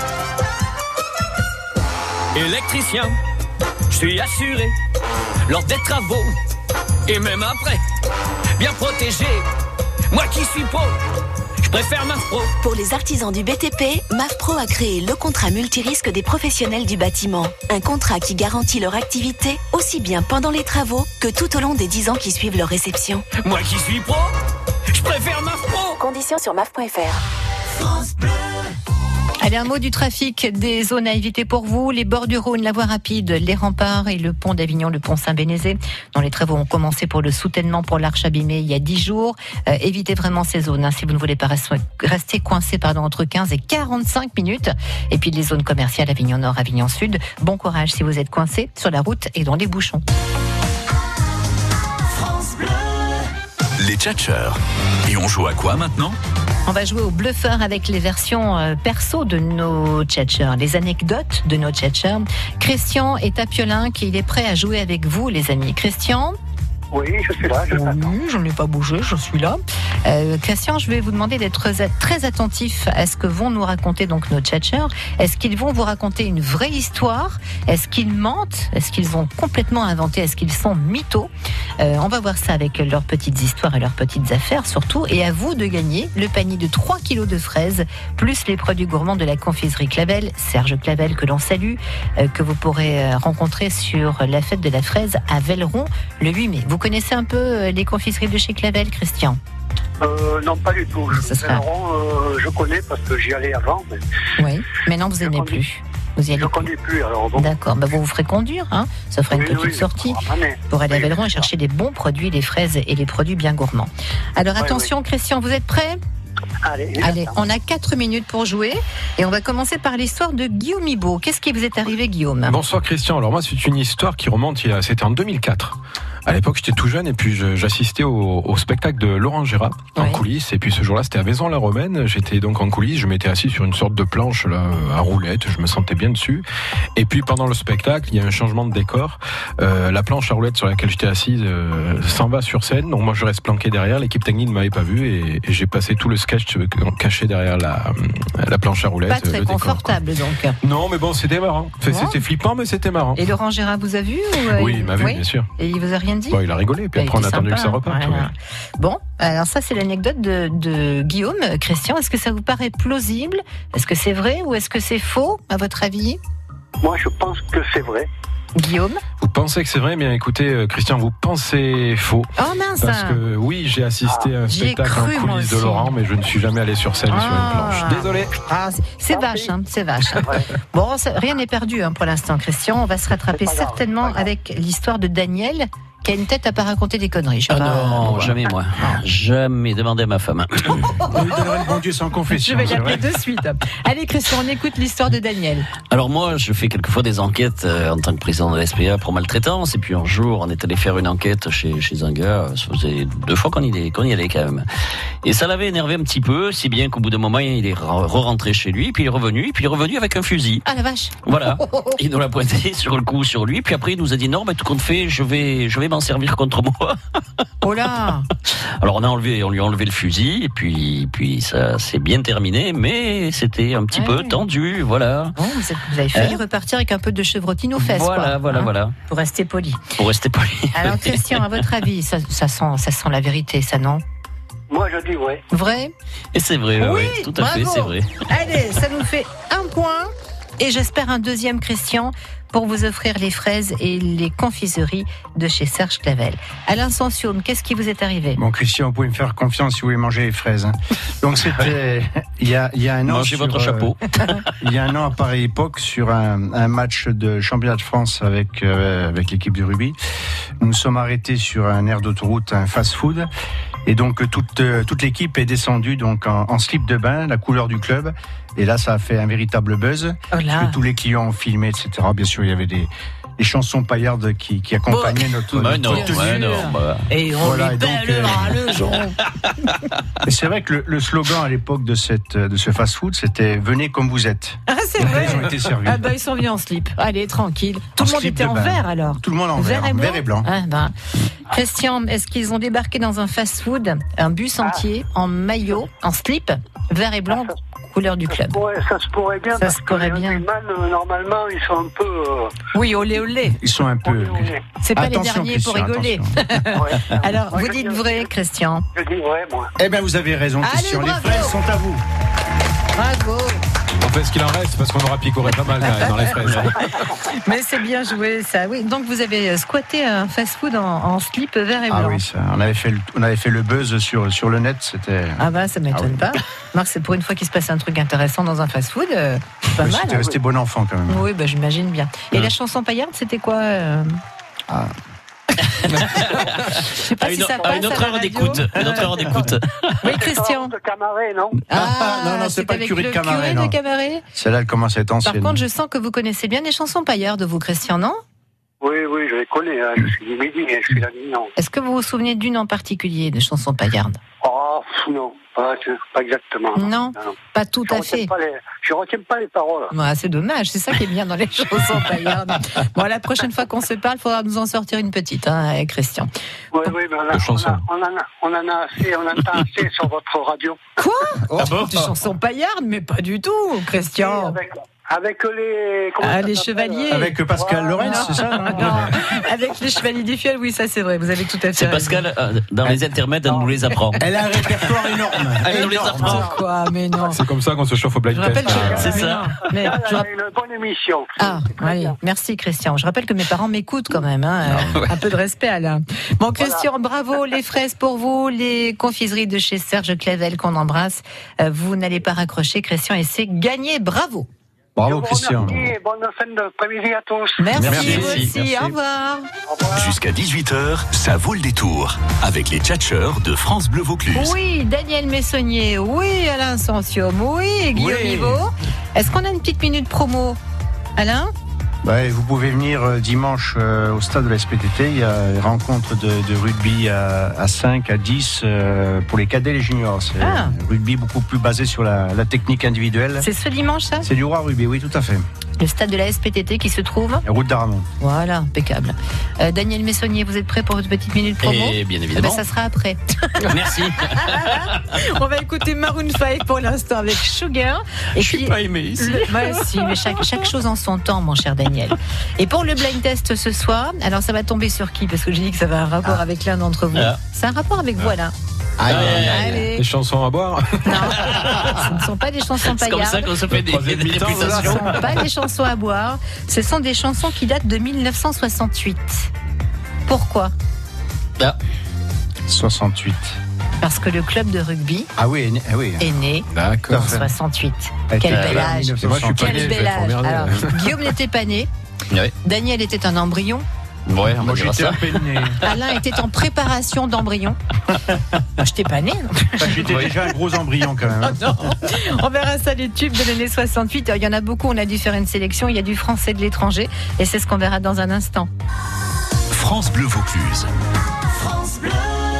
S15: Électricien, je suis assuré lors des travaux et même après. Bien protégé, moi qui suis pro, je préfère M A F Pro.
S16: Pour les artisans du B T P, M A F Pro a créé le contrat multirisque des professionnels du bâtiment. Un contrat qui garantit leur activité aussi bien pendant les travaux que tout au long des dix ans qui suivent leur réception.
S15: Moi qui suis pro, je préfère M A F Pro.
S16: Conditions sur M A F point F R. France Bleu.
S2: Allez, un mot du trafic des zones à éviter pour vous. Les bords du Rhône, la voie rapide, les remparts et le pont d'Avignon, le pont Saint-Bénézé. Dont les travaux ont commencé pour le soutènement pour l'arche abîmée il y a dix jours. Euh, évitez vraiment ces zones hein, si vous ne voulez pas rester coincé pardon, entre quinze et quarante-cinq minutes. Et puis les zones commerciales, Avignon Nord, Avignon Sud. Bon courage si vous êtes coincé sur la route et dans les bouchons.
S1: France Bleu. Les tchatchers. Et on joue à quoi maintenant ?
S2: On va jouer au bluffeur avec les versions euh, perso de nos tchatchers, les anecdotes de nos tchatchers. Christian est à Piolingue et il est prêt à jouer avec vous, les amis. Christian ?
S12: Oui, je suis là, je t'attends.
S2: Oui, je n'ai pas bougé, je suis là. Euh, Christian, je vais vous demander d'être très attentif à ce que vont nous raconter donc nos tchatchers. Est-ce qu'ils vont vous raconter une vraie histoire ? Est-ce qu'ils mentent ? Est-ce qu'ils ont complètement inventé ? Est-ce qu'ils sont mythos ? euh, On va voir ça avec leurs petites histoires et leurs petites affaires surtout. Et à vous de gagner le panier de trois kilos de fraises, plus les produits gourmands de la confiserie Clavel, Serge Clavel que l'on salue, euh, que vous pourrez rencontrer sur la fête de la fraise à Velleron le huit mai. Vous connaissez un peu les confiseries de chez Clavel, Christian ?
S12: Euh, non, pas du tout.
S2: Ce sera...
S12: euh, je connais parce que j'y allais avant. Mais...
S2: Oui, maintenant vous n'aimez plus. Vous y allez
S12: je ne connais plus. Alors bon.
S2: D'accord, bah vous vous ferez conduire. Hein. Ça fera oui, une petite oui, sortie pour aller oui, à Velleron et chercher des bons produits, les fraises et les produits bien gourmands. Alors oui, attention, oui. Christian, vous êtes prêt ?
S12: Allez,
S2: Allez, on a quatre minutes pour jouer et on va commencer par l'histoire de Guillaume Ibo. Qu'est-ce qui vous est arrivé, Guillaume ?
S5: Bonsoir Christian. Alors moi, c'est une histoire qui remonte, il y a, c'était en deux mille quatre. À l'époque, j'étais tout jeune et puis je, j'assistais au, au spectacle de Laurent Gérard en oui. coulisses. Et puis ce jour-là, c'était à Vaison-la-Romaine. J'étais donc en coulisses. Je m'étais assis sur une sorte de planche là, à roulette. Je me sentais bien dessus. Et puis pendant le spectacle, il y a un changement de décor. Euh, la planche à roulette sur laquelle j'étais assise euh, s'en va sur scène. Donc moi, je reste planqué derrière. L'équipe technique ne m'avait pas vu et, et j'ai passé tout le sketch caché derrière la, la planche à roulette.
S2: Pas très
S5: le
S2: confortable
S5: décor,
S2: donc.
S5: Non, mais bon, c'était marrant. Enfin,
S2: bon.
S5: C'était flippant, mais c'était marrant.
S2: Et Laurent Gérard vous a vu ou euh,
S5: Oui, il m'a vu,
S2: oui
S5: bien sûr.
S2: Et il vous a rien dit ?
S5: Bon, il a rigolé. Puis après, on a attendu
S2: sympa,
S5: que ça reparte.
S2: voilà.
S5: Ouais.
S2: Bon, alors ça, c'est l'anecdote de, de Guillaume. Christian, est-ce que ça vous paraît plausible ? Est-ce que c'est vrai ou est-ce que c'est faux, à votre avis ?
S12: Moi, je pense que c'est vrai.
S2: Guillaume ?
S5: Vous pensez que c'est vrai ? Bien écoutez, Christian, vous pensez faux.
S2: Oh mince !
S5: Parce que oui, j'ai assisté ah, à un spectacle en coulisses de Laurent, mais je ne suis jamais allé sur scène ah. sur une planche. Désolé.
S2: Ah, c'est, c'est vache, hein, c'est vache. Bon, ça, rien n'est perdu hein, pour l'instant, Christian. On va se rattraper certainement avec l'histoire de Daniel qui a une tête à pas raconter des conneries. Je sais
S4: Ah
S2: pas.
S4: non, jamais moi. Jamais demandé à ma femme.
S3: On lui donnerait le bon Dieu sans confession.
S2: Je vais
S3: c'est
S2: l'appeler
S3: vrai.
S2: de suite. Allez, Christian, on écoute l'histoire de Daniel.
S4: Alors moi, je fais quelquefois des enquêtes euh, en tant que président de la S P A pour maltraitance. Et puis un jour, on est allé faire une enquête chez, chez un gars. Ça faisait deux fois qu'on y, allait- qu'on y allait quand même. Et ça l'avait énervé un petit peu, si bien qu'au bout d'un moment, il est re- re-rentré chez lui. Puis il est revenu. Puis il est revenu avec un fusil.
S2: Ah la vache.
S4: Voilà. Il nous l'a pointé sur le coup sur lui. Puis après, il nous a dit non, mais tout compte fait, je vais, je vais m'en servir contre moi.
S2: Oh là.
S4: Alors on a enlevé, on lui a enlevé le fusil. Et puis, puis ça s'est bien terminé. Mais c'était un petit
S2: Ouais.
S4: peu tendu. Voilà.
S2: Bon, vous, êtes- vous avez failli
S4: Hein
S2: repartir avec un peu de chevrotine aux fesses.
S4: Voilà,
S2: quoi,
S4: voilà,
S2: hein,
S4: voilà.
S2: Pour rester poli.
S4: Pour rester poli.
S2: Alors, Christian, à votre avis, ça, ça, sent, ça sent la vérité, ça, non?
S12: Moi, je dis ouais.
S2: Vrai?
S4: Et c'est vrai, ouais,
S2: Oui,
S4: ouais, tout à
S2: bravo.
S4: fait, c'est vrai.
S2: Allez, ça nous fait un point. Et j'espère un deuxième, Christian, pour vous offrir les fraises et les confiseries de chez Serge Clavel. Alain Sensiaume, qu'est-ce qui vous est arrivé?
S3: Bon, Christian, vous pouvez me faire confiance si vous voulez manger les fraises. hein. Donc, c'était il y a, il y a un an.
S4: Mangez
S3: sur,
S4: votre chapeau.
S3: euh, il y a un an, à pareille époque, sur un, un match de championnat de France avec, euh, avec l'équipe du rugby, nous nous sommes arrêtés sur un aire d'autoroute, un fast-food. Et donc, toute, euh, toute l'équipe est descendue donc, en, en slip de bain, la couleur du club. Et là, ça a fait un véritable buzz.
S2: Oh là.
S3: Parce que tous les clients ont filmé, et cetera. Bien sûr, il y avait des, des chansons paillardes qui, qui accompagnaient notre,
S4: Bah
S3: notre
S4: non,
S3: tenue.
S4: ouais, non, bah.
S2: Et on
S3: Voilà,
S2: lui
S3: et donc,
S2: pèlera
S3: euh,
S2: le jonc.
S3: Et c'est vrai que le, le slogan à l'époque de, cette, de ce fast-food, c'était « Venez comme vous êtes
S2: Ah, c'est vrai.
S3: Ils ont été servis.
S2: Ah, bah, ils sont venus en slip. Allez, tranquille. Tout
S3: En
S2: le monde
S3: slip
S2: était
S3: de
S2: en
S3: bain.
S2: vert, alors.
S3: Tout le monde en vert,
S2: et blanc.
S3: vert et blanc.
S2: Ah, ben. Christian, est-ce qu'ils ont débarqué dans un fast-food, un bus entier, en maillot, en slip, vert et blanc, couleur du club?
S12: Ouais, ça se pourrait bien.
S2: Ça
S12: parce
S2: se pourrait
S12: que les
S2: bien.
S12: rugbyman, euh, normalement, ils sont un peu. euh,
S2: Oui, olé olé.
S3: Ils sont un peu...
S2: C'est pas les
S3: Attention,
S2: derniers pour
S3: Christian,
S2: rigoler.
S3: attention.
S12: ouais.
S2: Alors,
S12: Moi,
S2: vous
S12: je
S2: dites
S12: dis-
S2: vrai, Christian?
S12: Je dis ouais, moi.
S3: Eh bien, vous avez raison,
S2: Allez,
S3: Christian. Les
S2: bravo.
S3: fraises sont à vous.
S2: Bravo.
S5: On fait ce qu'il en reste parce qu'on aura picoré pas mal quand même dans les fraises.
S2: Mais c'est bien joué, ça. Oui. Donc, vous avez squatté un fast-food en, en slip vert et blanc.
S3: Ah oui, ça, on, avait fait le, on avait fait le buzz sur, sur le net. C'était
S2: Ah bah ça m'étonne
S3: Ah
S2: pas. Marc, c'est pour une fois qu'il se passe un truc intéressant dans un fast-food, euh, c'est pas
S3: Mais
S2: mal.
S3: C'était
S2: hein.
S3: resté bon enfant quand même.
S2: Oui, bah j'imagine bien. Et
S3: Hum.
S2: la chanson paillarde, c'était quoi euh
S3: Ah.
S2: Je sais pas
S4: À
S2: si
S4: une,
S2: ça
S4: à
S2: passe
S4: une
S2: à
S4: autre
S2: la
S4: heure
S2: radio.
S4: d'écoute. Une autre heure d'écoute.
S2: Oui, Christian.
S12: De Camaret, non
S2: Ah,
S3: non, non, c'est pas le
S2: avec
S3: curé de Camaret,
S2: curé
S3: non.
S2: de Camaret.
S3: Celle-là, elle commence à être
S2: Par
S3: ancienne.
S2: contre, je sens que vous connaissez bien les chansons paillardes, vous, Christian, non?
S12: Oui, oui, je les connais. Hein. Je suis du Midi, hein. Je suis d'Avignon.
S2: Est-ce que vous vous souvenez d'une en particulier de chansons paillardes?
S12: Oh, pff, non, pas, pas exactement.
S2: Non, pas tout
S12: Je
S2: à
S12: retiens
S2: fait.
S12: pas les- Je retiens pas les paroles.
S2: Ouais, c'est dommage, c'est ça qui est bien dans les chansons paillardes. Bon, la prochaine fois qu'on se parle, il faudra nous en sortir une petite, hein, Christian.
S12: Oui, oui, mais on, a, on, a, on, en a, on en a assez, on entend assez sur votre radio.
S2: Quoi
S3: Oh.
S2: Des chansons paillardes, mais pas du tout, Christian.
S12: Avec, avec les. comment
S2: Ah,
S12: ça
S2: les
S12: s'appelle,
S2: chevaliers.
S12: euh,
S3: Avec Pascal Lorenz, c'est ça non
S2: Non, avec les chevaliers du fiel, oui, ça c'est vrai, vous avez tout à fait
S4: C'est
S2: raison.
S4: Pascal, euh, dans les intermèdes, elle nous les apprend.
S3: Elle a un répertoire énorme.
S4: Elle nous les
S3: Énorme.
S4: apprend.
S2: Quoi, mais non.
S5: C'est comme ça qu'on se chauffe au blind
S2: Je rappelle
S5: test.
S2: que-
S4: C'est
S2: mais
S4: ça.
S2: non, mais
S12: Là,
S2: je
S12: là,
S2: rappelle-
S12: une bonne émission.
S2: Ah,
S12: C'est très
S2: allez,
S12: bien.
S2: merci Christian. Je rappelle que mes parents m'écoutent quand même. Hein. Un peu de respect, Alain. Bon, Christian, bravo. Les fraises pour vous, les confiseries de chez Serge Clavel qu'on embrasse. Euh, vous n'allez pas raccrocher, Christian, et c'est gagné. Bravo.
S12: Je
S3: Bravo,
S12: vous
S3: Christian.
S12: remercie et bonne fin d'après-midi à tous.
S2: Merci,
S4: Merci,
S2: vous aussi.
S3: merci.
S2: Au revoir.
S1: Jusqu'à dix-huit heures, ça vaut le détour. Avec les tchatcheurs de France Bleu Vaucluse.
S2: Oui, Daniel Messonnier. Oui, Alain Sensiaume. Oui, Guillaume
S3: Oui.
S2: Niveau. Est-ce qu'on a une petite minute promo, Alain?
S3: Ouais, vous pouvez venir euh, dimanche euh, au stade de la S P T T. Il y a une rencontre de, de rugby à, à cinq, à dix euh, pour les cadets et les juniors. C'est
S2: Ah.
S3: un rugby beaucoup plus basé sur la, la technique individuelle.
S2: C'est ce dimanche, ça?
S3: C'est du roi rugby, oui, tout à fait.
S2: Le stade de la S P T T qui se trouve.
S3: La route d'Aramon.
S2: Voilà, impeccable. Euh, Daniel Messonnier, vous êtes prêt pour votre petite minute promo?
S4: Et bien
S2: Ah ben,
S4: évidemment.
S2: ça sera après.
S4: Merci.
S2: On va écouter Maroon cinq pour l'instant avec Sugar. Et
S5: Je suis
S2: puis,
S5: pas aimé ici.
S2: le- ouais, si, mais chaque, chaque chose en son temps, mon cher Daniel. Et pour le blind test ce soir, alors ça va tomber sur qui? Parce que j'ai dit que ça avait un rapport avec l'un d'entre vous.
S4: Ah.
S2: C'est un rapport avec vous, Alain.
S3: Aïe,
S4: aïe, aïe,
S5: Les
S2: Allez.
S5: chansons à boire.
S2: Non, ce ne sont pas des chansons
S4: C'est comme ça
S2: paillardes.
S4: qu'on se fait des,
S5: troisième
S4: des
S5: mi-temps,
S2: Ce ne
S4: réputations.
S2: sont pas des chansons à boire. Ce sont des chansons qui datent de mille neuf cent soixante-huit. Pourquoi?
S4: Ah,
S3: soixante-huit.
S2: Parce que le club de rugby
S3: Ah oui, ah oui.
S2: est né en
S5: D'accord.
S2: soixante-huit.
S3: Avec,
S2: Quel
S3: euh,
S2: bel âge.
S5: Et moi, je suis pas né,
S2: Quel
S5: je vais
S2: bel
S5: être
S2: âge.
S5: emmerdé,
S2: Alors,
S5: là.
S2: Guillaume n'était pas né.
S4: ouais.
S2: Daniel était un embryon.
S4: Ouais, on
S3: Moi,
S4: va dire
S3: j'étais
S4: ça.
S3: à peine né.
S2: Alain était en préparation d'embryon. Je t'ai pas né. Non.
S3: Enfin, j'étais déjà un gros embryon quand même.
S2: Oh non. On verra ça, les tubes de l'année soixante-huit. Il y en a beaucoup, on a dû faire une sélection. Il y a du français de l'étranger. Et c'est ce qu'on verra dans un instant.
S1: France Bleu Vaucluse.
S11: France Bleu.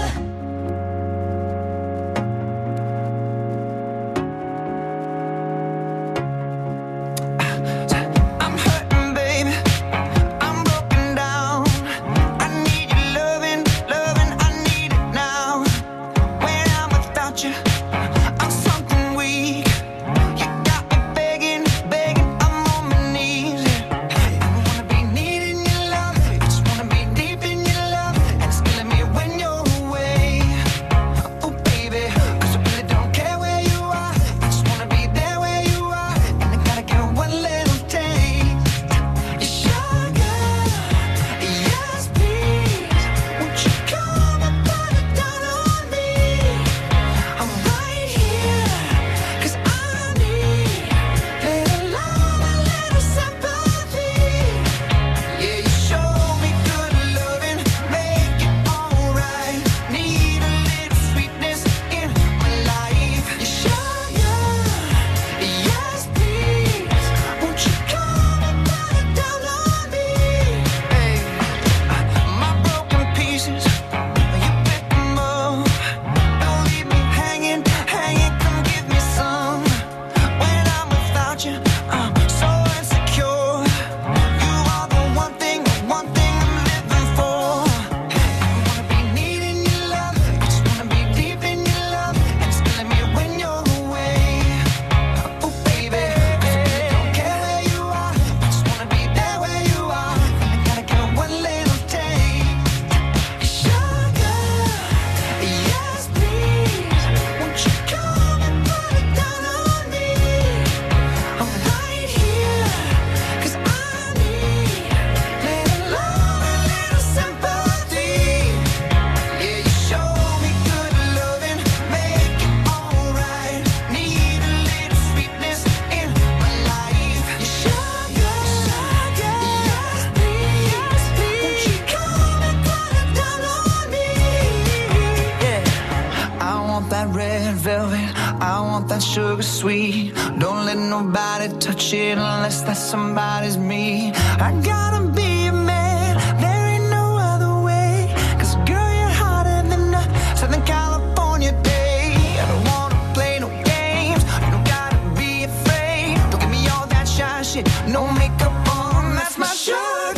S17: Sugar sweet, don't let nobody touch it unless that somebody's me. I gotta be a man, there ain't no other way. Cause girl, you're hotter than a Southern California day. I don't wanna play no games, you don't gotta be afraid. Don't give me all that shy shit, no makeup on, that's my sugar.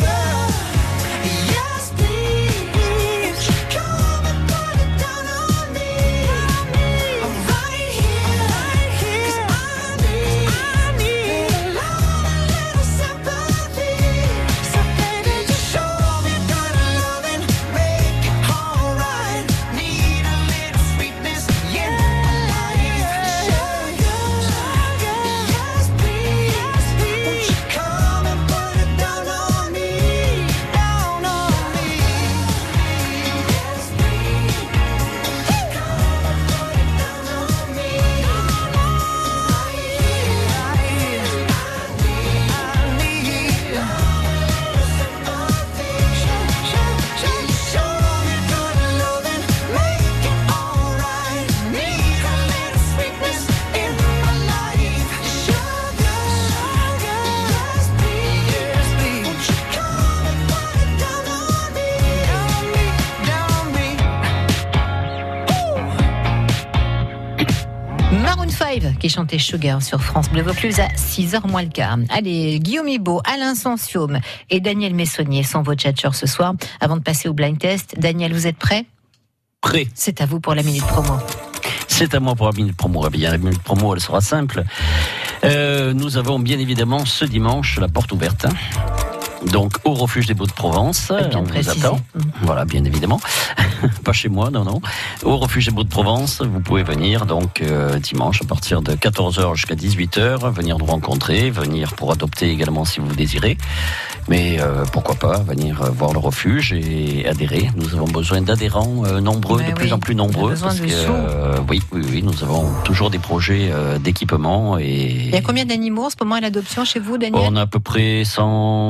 S2: Qui chantait Sugar sur France Bleu Vaucluse à six heures moins le quart. Allez, Guillaume Ibo, Alain Sansiaume et Daniel Messonnier sont vos tchatcheurs ce soir. Avant de passer au blind test, Daniel, vous êtes prêt ?
S4: Prêt.
S2: C'est à vous pour la minute promo.
S4: C'est à moi pour la minute promo. Eh bien, la minute promo, elle sera simple. Euh, nous avons bien évidemment ce dimanche la porte ouverte. Donc au refuge des Baux-de-Provence, on vous attend. Mmh. Voilà, bien évidemment. Pas chez moi, non, non. Au refuge des Baux-de-Provence, vous pouvez venir donc euh, dimanche à partir de quatorze heures jusqu'à dix-huit heures, venir nous rencontrer, venir pour adopter également si vous désirez. Mais euh, pourquoi pas venir voir le refuge et adhérer. Nous avons besoin d'adhérents euh, nombreux, Mais de oui, plus en plus nombreux. Parce que, euh, oui, oui, oui, nous avons toujours des projets euh, d'équipement. Et...
S2: Il y a combien d'animaux en ce moment à l'adoption chez vous, Daniel ?
S4: On a à peu près cent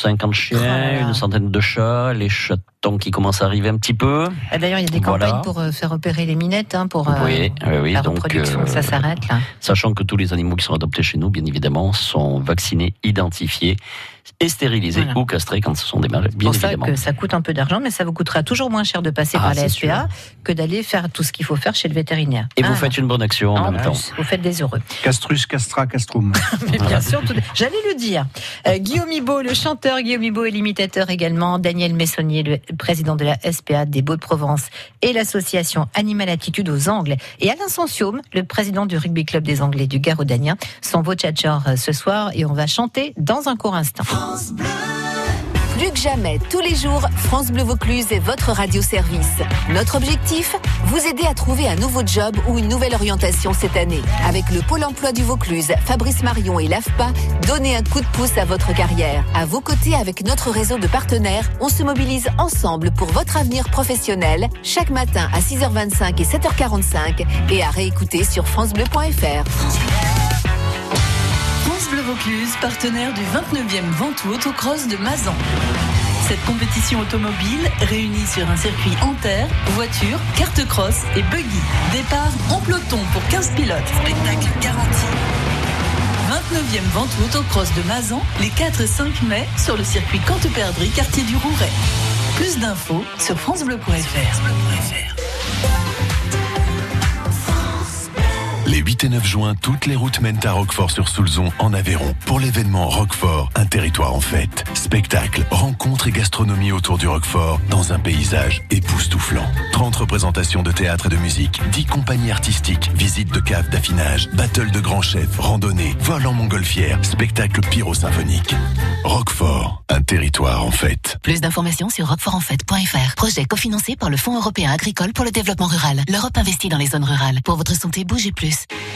S4: cinquante chiens, voilà. Une centaine de chats, les chatons qui commencent à arriver un petit peu.
S2: Et d'ailleurs, il y a des
S4: voilà.
S2: campagnes pour euh, faire opérer les minettes, hein, pour euh,
S4: oui, oui, oui,
S2: la
S4: donc,
S2: reproduction,
S4: euh,
S2: ça s'arrête là.
S4: Sachant que tous les animaux qui sont adoptés chez nous, bien évidemment, sont vaccinés, identifiés et stérilisés voilà. ou castrés quand ce sont des mâles, bien
S2: évidemment. C'est pour ça que ça coûte un peu d'argent, mais ça vous coûtera toujours moins cher de passer ah, par la S P A sûr. que d'aller faire tout ce qu'il faut faire chez le vétérinaire.
S4: Et
S2: ah,
S4: vous faites une bonne action en, en même plus, temps.
S2: Vous faites des heureux.
S3: Castrus, castra, castrum.
S2: Mais bien sûr, tout... j'allais le dire. Euh, Guillaume Ibo, le chanteur, Guillaume Ibo est l'imitateur également. Daniel Messonnier, le président de la S P A des Baux-de-Provence et l'association Animal Attitude aux Angles. Et Alain Sanciaume, le président du rugby club des Anglais du Garaudagnin, sont vos tchatcheurs ce soir et on va chanter dans un court instant. France Bleu.
S7: Plus que jamais, tous les jours, France Bleu Vaucluse est votre radio-service. Notre objectif, vous aider à trouver un nouveau job ou une nouvelle orientation cette année. Avec le Pôle emploi du Vaucluse, Fabrice Marion et l'A F P A, donnez un coup de pouce à votre carrière. À vos côtés, avec notre réseau de partenaires, on se mobilise ensemble pour votre avenir professionnel, chaque matin à six heures vingt-cinq et sept heures quarante-cinq, et à réécouter sur francebleu point f r.
S18: France Bleu Vaucluse, partenaire du vingt-neuvième Ventoux Autocross de Mazan. Cette compétition automobile réunit sur un circuit en terre, voiture, carte cross et buggy. Départ en peloton pour quinze pilotes. Spectacle garanti. vingt-neuvième Ventoux Autocross de Mazan, les quatre et cinq mai, sur le circuit Canteperdry, quartier du Rouret. Plus d'infos sur francebleu point f r.
S19: Les huit et neuf juin, toutes les routes mènent à Roquefort-sur-Soulzon, en Aveyron, pour l'événement Roquefort, un territoire en fête. Spectacle, rencontres et gastronomie autour du Roquefort, dans un paysage époustouflant. trente représentations de théâtre et de musique, dix compagnies artistiques, visites de caves d'affinage, battle de grands chefs, randonnées, vol en montgolfière, spectacle pyro-symphonique. Roquefort, un territoire en fête.
S16: Plus d'informations sur roquefort en fête point f r. Projet cofinancé par le Fonds européen agricole pour le développement rural. L'Europe investit dans les zones rurales. Pour votre santé, bougez plus.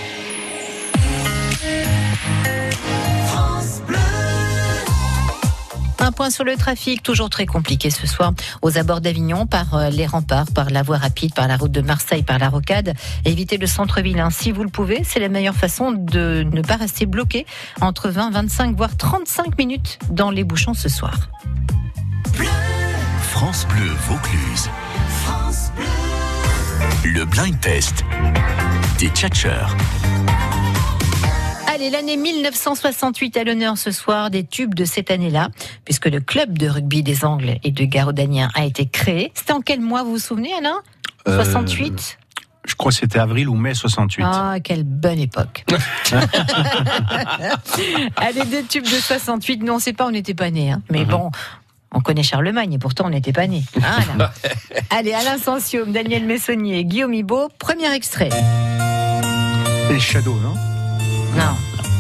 S2: Un point sur le trafic, toujours très compliqué ce soir, aux abords d'Avignon, par les remparts, par la voie rapide, par la route de Marseille, par la rocade. Évitez le centre-ville, hein, si vous le pouvez. C'est la meilleure façon de ne pas rester bloqué entre vingt, vingt-cinq, voire trente-cinq minutes dans les bouchons ce soir.
S1: Bleu. France Bleu Vaucluse. France Bleu. Le blind test des tchatcheurs.
S2: Allez, l'année mille neuf cent soixante-huit à l'honneur ce soir, des tubes de cette année-là, puisque le club de rugby des Angles et de Garaudagnin a été créé. C'était en quel mois, vous vous souvenez, Alain ? soixante-huit
S3: euh, Je crois que c'était avril ou mai soixante-huit.
S2: Ah, quelle bonne époque. Allez, des tubes de soixante-huit, non, on ne sait pas, on n'était pas nés, hein. Mais mm-hmm. bon... On connaît Charlemagne et pourtant on n'était pas nés. Voilà. Allez, Alain Sanciaume, Daniel Messonnier, Guillaume Ibo, premier extrait.
S3: Les Shadows, non ?
S2: Non.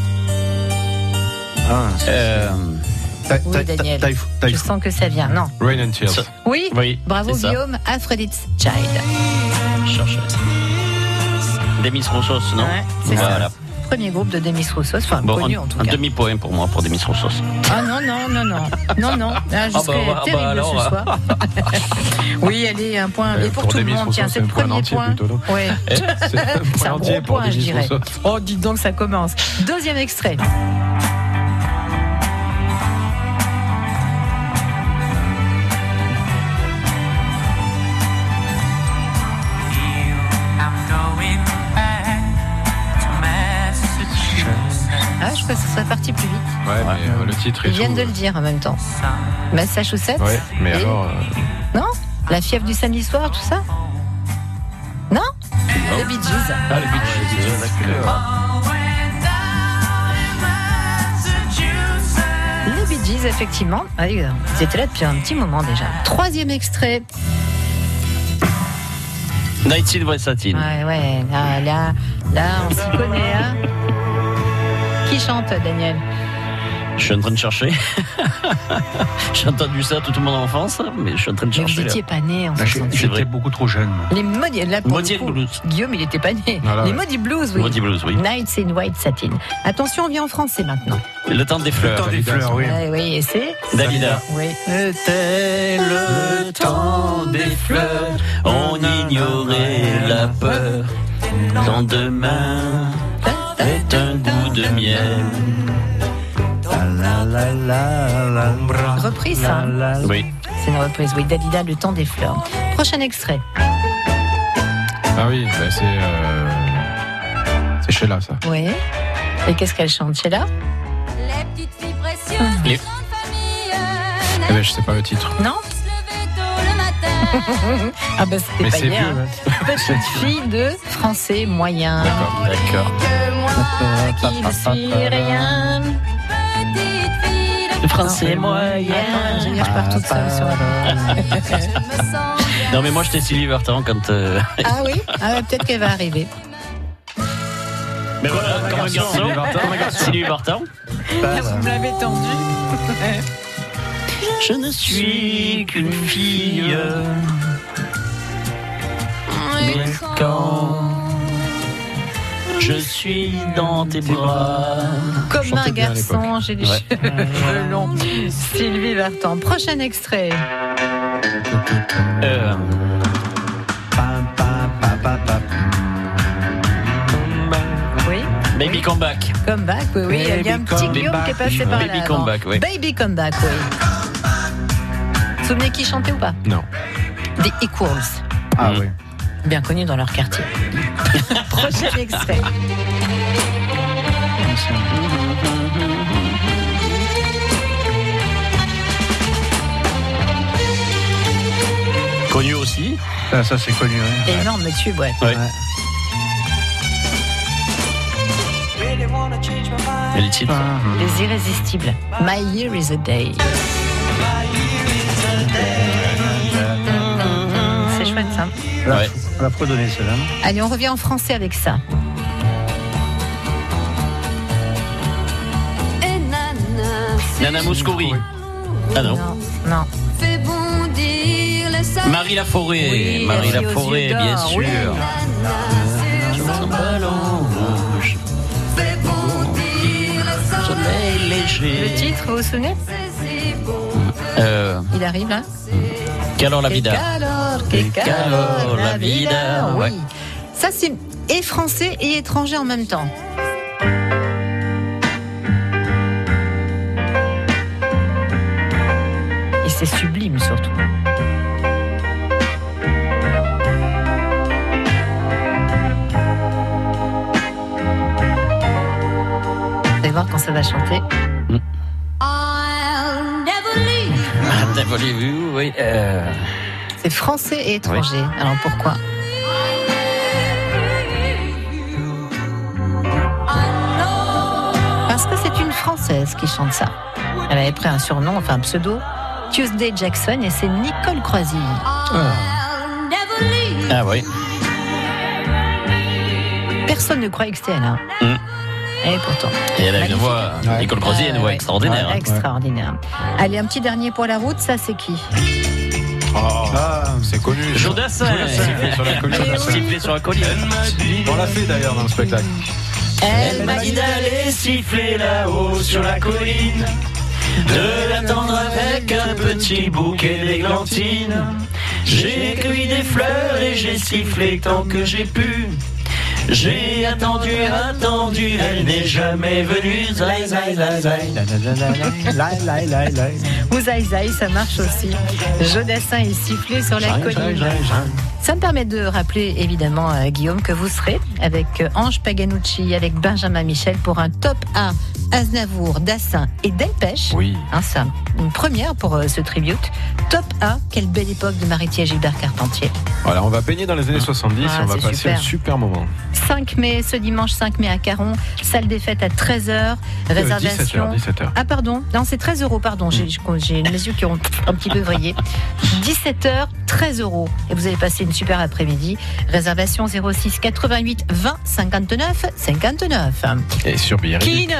S3: Ah,
S4: euh...
S2: Oui, Daniel. Ta, ta, ta, je sens que ça vient. Non.
S5: Rain and Tears.
S2: Oui, oui, bravo Guillaume. Aphrodite's Child.
S4: Cherche. Demis Roussos, non ?
S2: Ouais, c'est voilà. ça. Premier groupe de Demis Roussos, enfin bon, connu
S4: un,
S2: en tout
S4: un
S2: cas.
S4: Un demi-point pour moi, pour Demis Roussos.
S2: Ah non, non, non, non. Non, non. Là, je ah serais bah, terrible bah alors, ce soir. Oui, allez, un point. Et pour, pour tout le monde, tiens, c'est le premier point. Plutôt, ouais. C'est un, c'est un gros point, je dirais. Oh, dites donc, ça commence. Deuxième extrait. Ah, je crois que ça serait parti plus vite.
S5: Ouais, mais euh, le titre est
S2: Ils viennent
S5: tout,
S2: de le dire en même temps. Massachusetts.
S5: Ouais, mais
S2: et...
S5: alors. Euh...
S2: Non ? La fièvre du samedi soir, tout ça ? Non ? Les Bee Gees.
S5: Ah, les Bee Gees.
S2: Les Bee Gees, effectivement. Ils étaient là depuis un petit moment déjà. Troisième extrait.
S4: Night in West Satin.
S2: Ouais, ouais. Là, là, là on s'y connaît, hein. Qui chante, Daniel ?
S4: Je suis en train de chercher. J'ai entendu ça toute mon enfance, mais je suis en train de chercher.
S2: Mais vous n'étiez pas né en soixante-huit.
S3: J'étais beaucoup trop jeune.
S2: Les Maudits, là, pour
S4: Maudits Blues.
S2: Guillaume, il n'était pas né.
S3: Voilà,
S2: les
S3: ouais.
S2: Maudits Blues, oui.
S4: Maudits Blues, oui.
S2: Nights in White Satin. Attention, on vient en français maintenant.
S4: Le temps des fleurs.
S3: Le temps des fleurs, oui.
S2: Ouais, oui, et c'est
S4: Dalida.
S2: Oui.
S4: C'était le temps des fleurs. On ignorait la peur. Lendemain est un goût de miel.
S3: la, la, la, la,
S2: reprise, ça.
S3: la, la.
S4: Oui.
S2: C'est une reprise, oui. Dalida, Le temps des fleurs. Prochain extrait.
S5: Ah oui, bah c'est euh... c'est Sheila, ça.
S2: Oui. Et qu'est-ce qu'elle chante, Sheila?
S20: Les petites filles précieuses
S5: Les-
S20: de grande famille.
S5: Eh ben, je sais pas le titre.
S2: Non. Ah bah c'était
S5: Mais
S2: pas
S5: c'est
S2: hier.
S5: vieux, hein.
S2: Petite fille de français moyen.
S5: D'accord, d'accord.
S2: Que moi qui ne suis rien.
S4: Le français moyen.
S2: Attends, je pars toute seule sur la...
S4: Non, mais moi, j'étais Sylvie Vartan quand. euh,
S2: Ah oui, ah ouais, peut-être qu'elle va arriver.
S4: Mais voilà, comme un garçon.
S5: Sylvie Vartan.
S4: Comme un garçon. Sylvie Vartan.
S2: Vous me l'avez tendu.
S4: Je ne suis qu'une fille. Mais quand je suis dans tes bras.
S2: Comme
S5: Chantait
S2: un
S5: bien à
S2: garçon,
S5: l'époque.
S2: j'ai des
S4: Ouais.
S2: cheveux longs. Sylvie Vartan. Prochain extrait.
S4: Euh,
S2: Oui.
S4: Baby Come Back.
S2: Come back, oui, oui. Il y a un petit
S3: Come
S2: Guillaume
S3: back.
S2: qui est passé par là.
S4: Baby
S2: avant.
S4: Come Back, oui.
S2: Baby Come Back, oui. Vous vous souvenez qui chantait ou pas?
S5: Non.
S2: Des Equals.
S3: Ah
S4: Mm.
S3: oui.
S2: Bien connus dans leur quartier. Prochain extrait.
S4: Connu aussi.
S3: Ça, ça c'est connu. Hein.
S2: Énorme tube, ouais.
S4: Ouais. Et les titres.
S2: Les irrésistibles. My Year is a Day. C'est chouette ça.
S3: On
S4: Ouais.
S3: l'a fredonné celle-là. non
S2: Allez, on revient en français avec ça.
S4: Nana Mouskouri. Ah non.
S2: Non, non.
S20: Fais bondir les sables.
S4: Marie Laforêt.
S2: Oui,
S4: Marie
S2: la fille aux
S4: Laforêt,
S2: yeux
S4: bien
S2: d'or,
S4: sûr.
S2: oui.
S4: Un ballon rouge.
S20: Fais bondir les sables.
S4: Soleil léger.
S2: Le titre, vous vous souvenez?
S4: Euh,
S2: Il arrive là.
S4: Calor la
S2: Que
S4: vida.
S2: calor, que calor, la vida.
S4: Ouais.
S2: Oui. Ça, c'est et français et étranger en même temps. Et c'est sublime surtout. Vous allez voir quand ça va chanter.
S20: I'll never leave.
S4: Ah, t'as volé vu, oui. Euh,
S2: C'est français et étranger. Alors pourquoi? Parce que c'est une Française qui chante ça. Elle avait pris un surnom, enfin un pseudo, Tuesday Jackson, et c'est Nicole Croisille.
S20: I'll never leave.
S4: Ah oui.
S2: Personne ne croyait que c'était elle. Hein.
S4: Mm.
S2: Et pourtant.
S4: Et elle a une
S2: Magnifique.
S4: voix, Nicole Croisille a une
S2: Ah,
S4: voix
S2: ouais.
S4: extraordinaire.
S2: Ouais,
S4: hein.
S2: extraordinaire. Allez, un petit dernier pour la route, ça c'est qui?
S5: Oh, c'est connu. ça.
S4: Jodassin.
S5: Sifflé sur la colline.
S4: Sifflé sur la colline.
S5: On l'a fait d'ailleurs dans le spectacle.
S2: Elle
S4: m'a dit d'aller siffler là-haut sur la colline, de l'attendre avec un petit bouquet d'églantines. J'ai cueilli des fleurs et j'ai sifflé tant que j'ai pu. J'ai attendu, attendu, elle n'est jamais venue. Zai, zai, zai, zai.
S2: Ou Zai Zai, ça marche aussi. Jodassin est sifflé sur la colline. Ça me permet de rappeler évidemment, euh, Guillaume, que vous serez avec euh, Ange Paganucci, avec Benjamin Michel pour un top un Aznavour, Dassin et Delpech.
S5: Oui.
S2: Hein, ça, une première pour euh, ce tribute. Top un, quelle belle époque de Maritier et Gilbert Carpentier.
S5: Voilà, on va baigner dans les années soixante-dix
S2: Ah,
S5: et on va
S2: c'est
S5: passer
S2: super.
S5: un super moment.
S2: cinq mai, ce dimanche cinq mai à Caron, salle des fêtes à treize heures, réservation.
S5: dix-sept heures, dix-sept heures.
S2: Ah pardon, non c'est treize euros, pardon, j'ai j'ai mes yeux qui ont un petit peu vrillé. dix-sept heures, treize euros. Et vous allez passer une super après-midi. Réservation zéro six quatre-vingt-huit vingt cinquante-neuf cinquante-neuf.
S5: Et sur Billet
S2: Kine.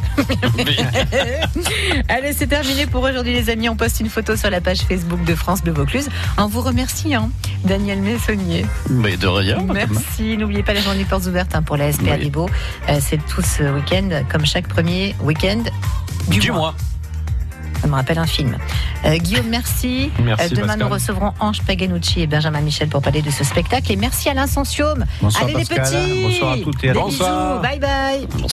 S2: Allez, c'est terminé pour aujourd'hui les amis. On poste une photo sur la page Facebook de France Bleu Vaucluse. En vous remerciant, Daniel Messonnier.
S4: Mais de rien.
S2: Merci. N'oubliez pas la journée portes ouvertes hein, pour la S P A
S4: Oui.
S2: des Beaux. Euh, c'est tout ce week-end, comme chaque premier week-end du,
S4: Du
S2: mois.
S4: mois.
S2: Ça me rappelle un film. Euh, Guillaume, merci.
S5: Merci,
S2: demain,
S5: Pascal.
S2: nous recevrons Ange Paganucci et Benjamin Michel pour parler de ce spectacle. Et merci Alain Sensium.
S3: Bonsoir,
S2: Allez
S3: Pascal.
S2: les petits.
S3: Bonsoir à toutes et à
S2: Des
S3: tous.
S2: bisous. Bye bye.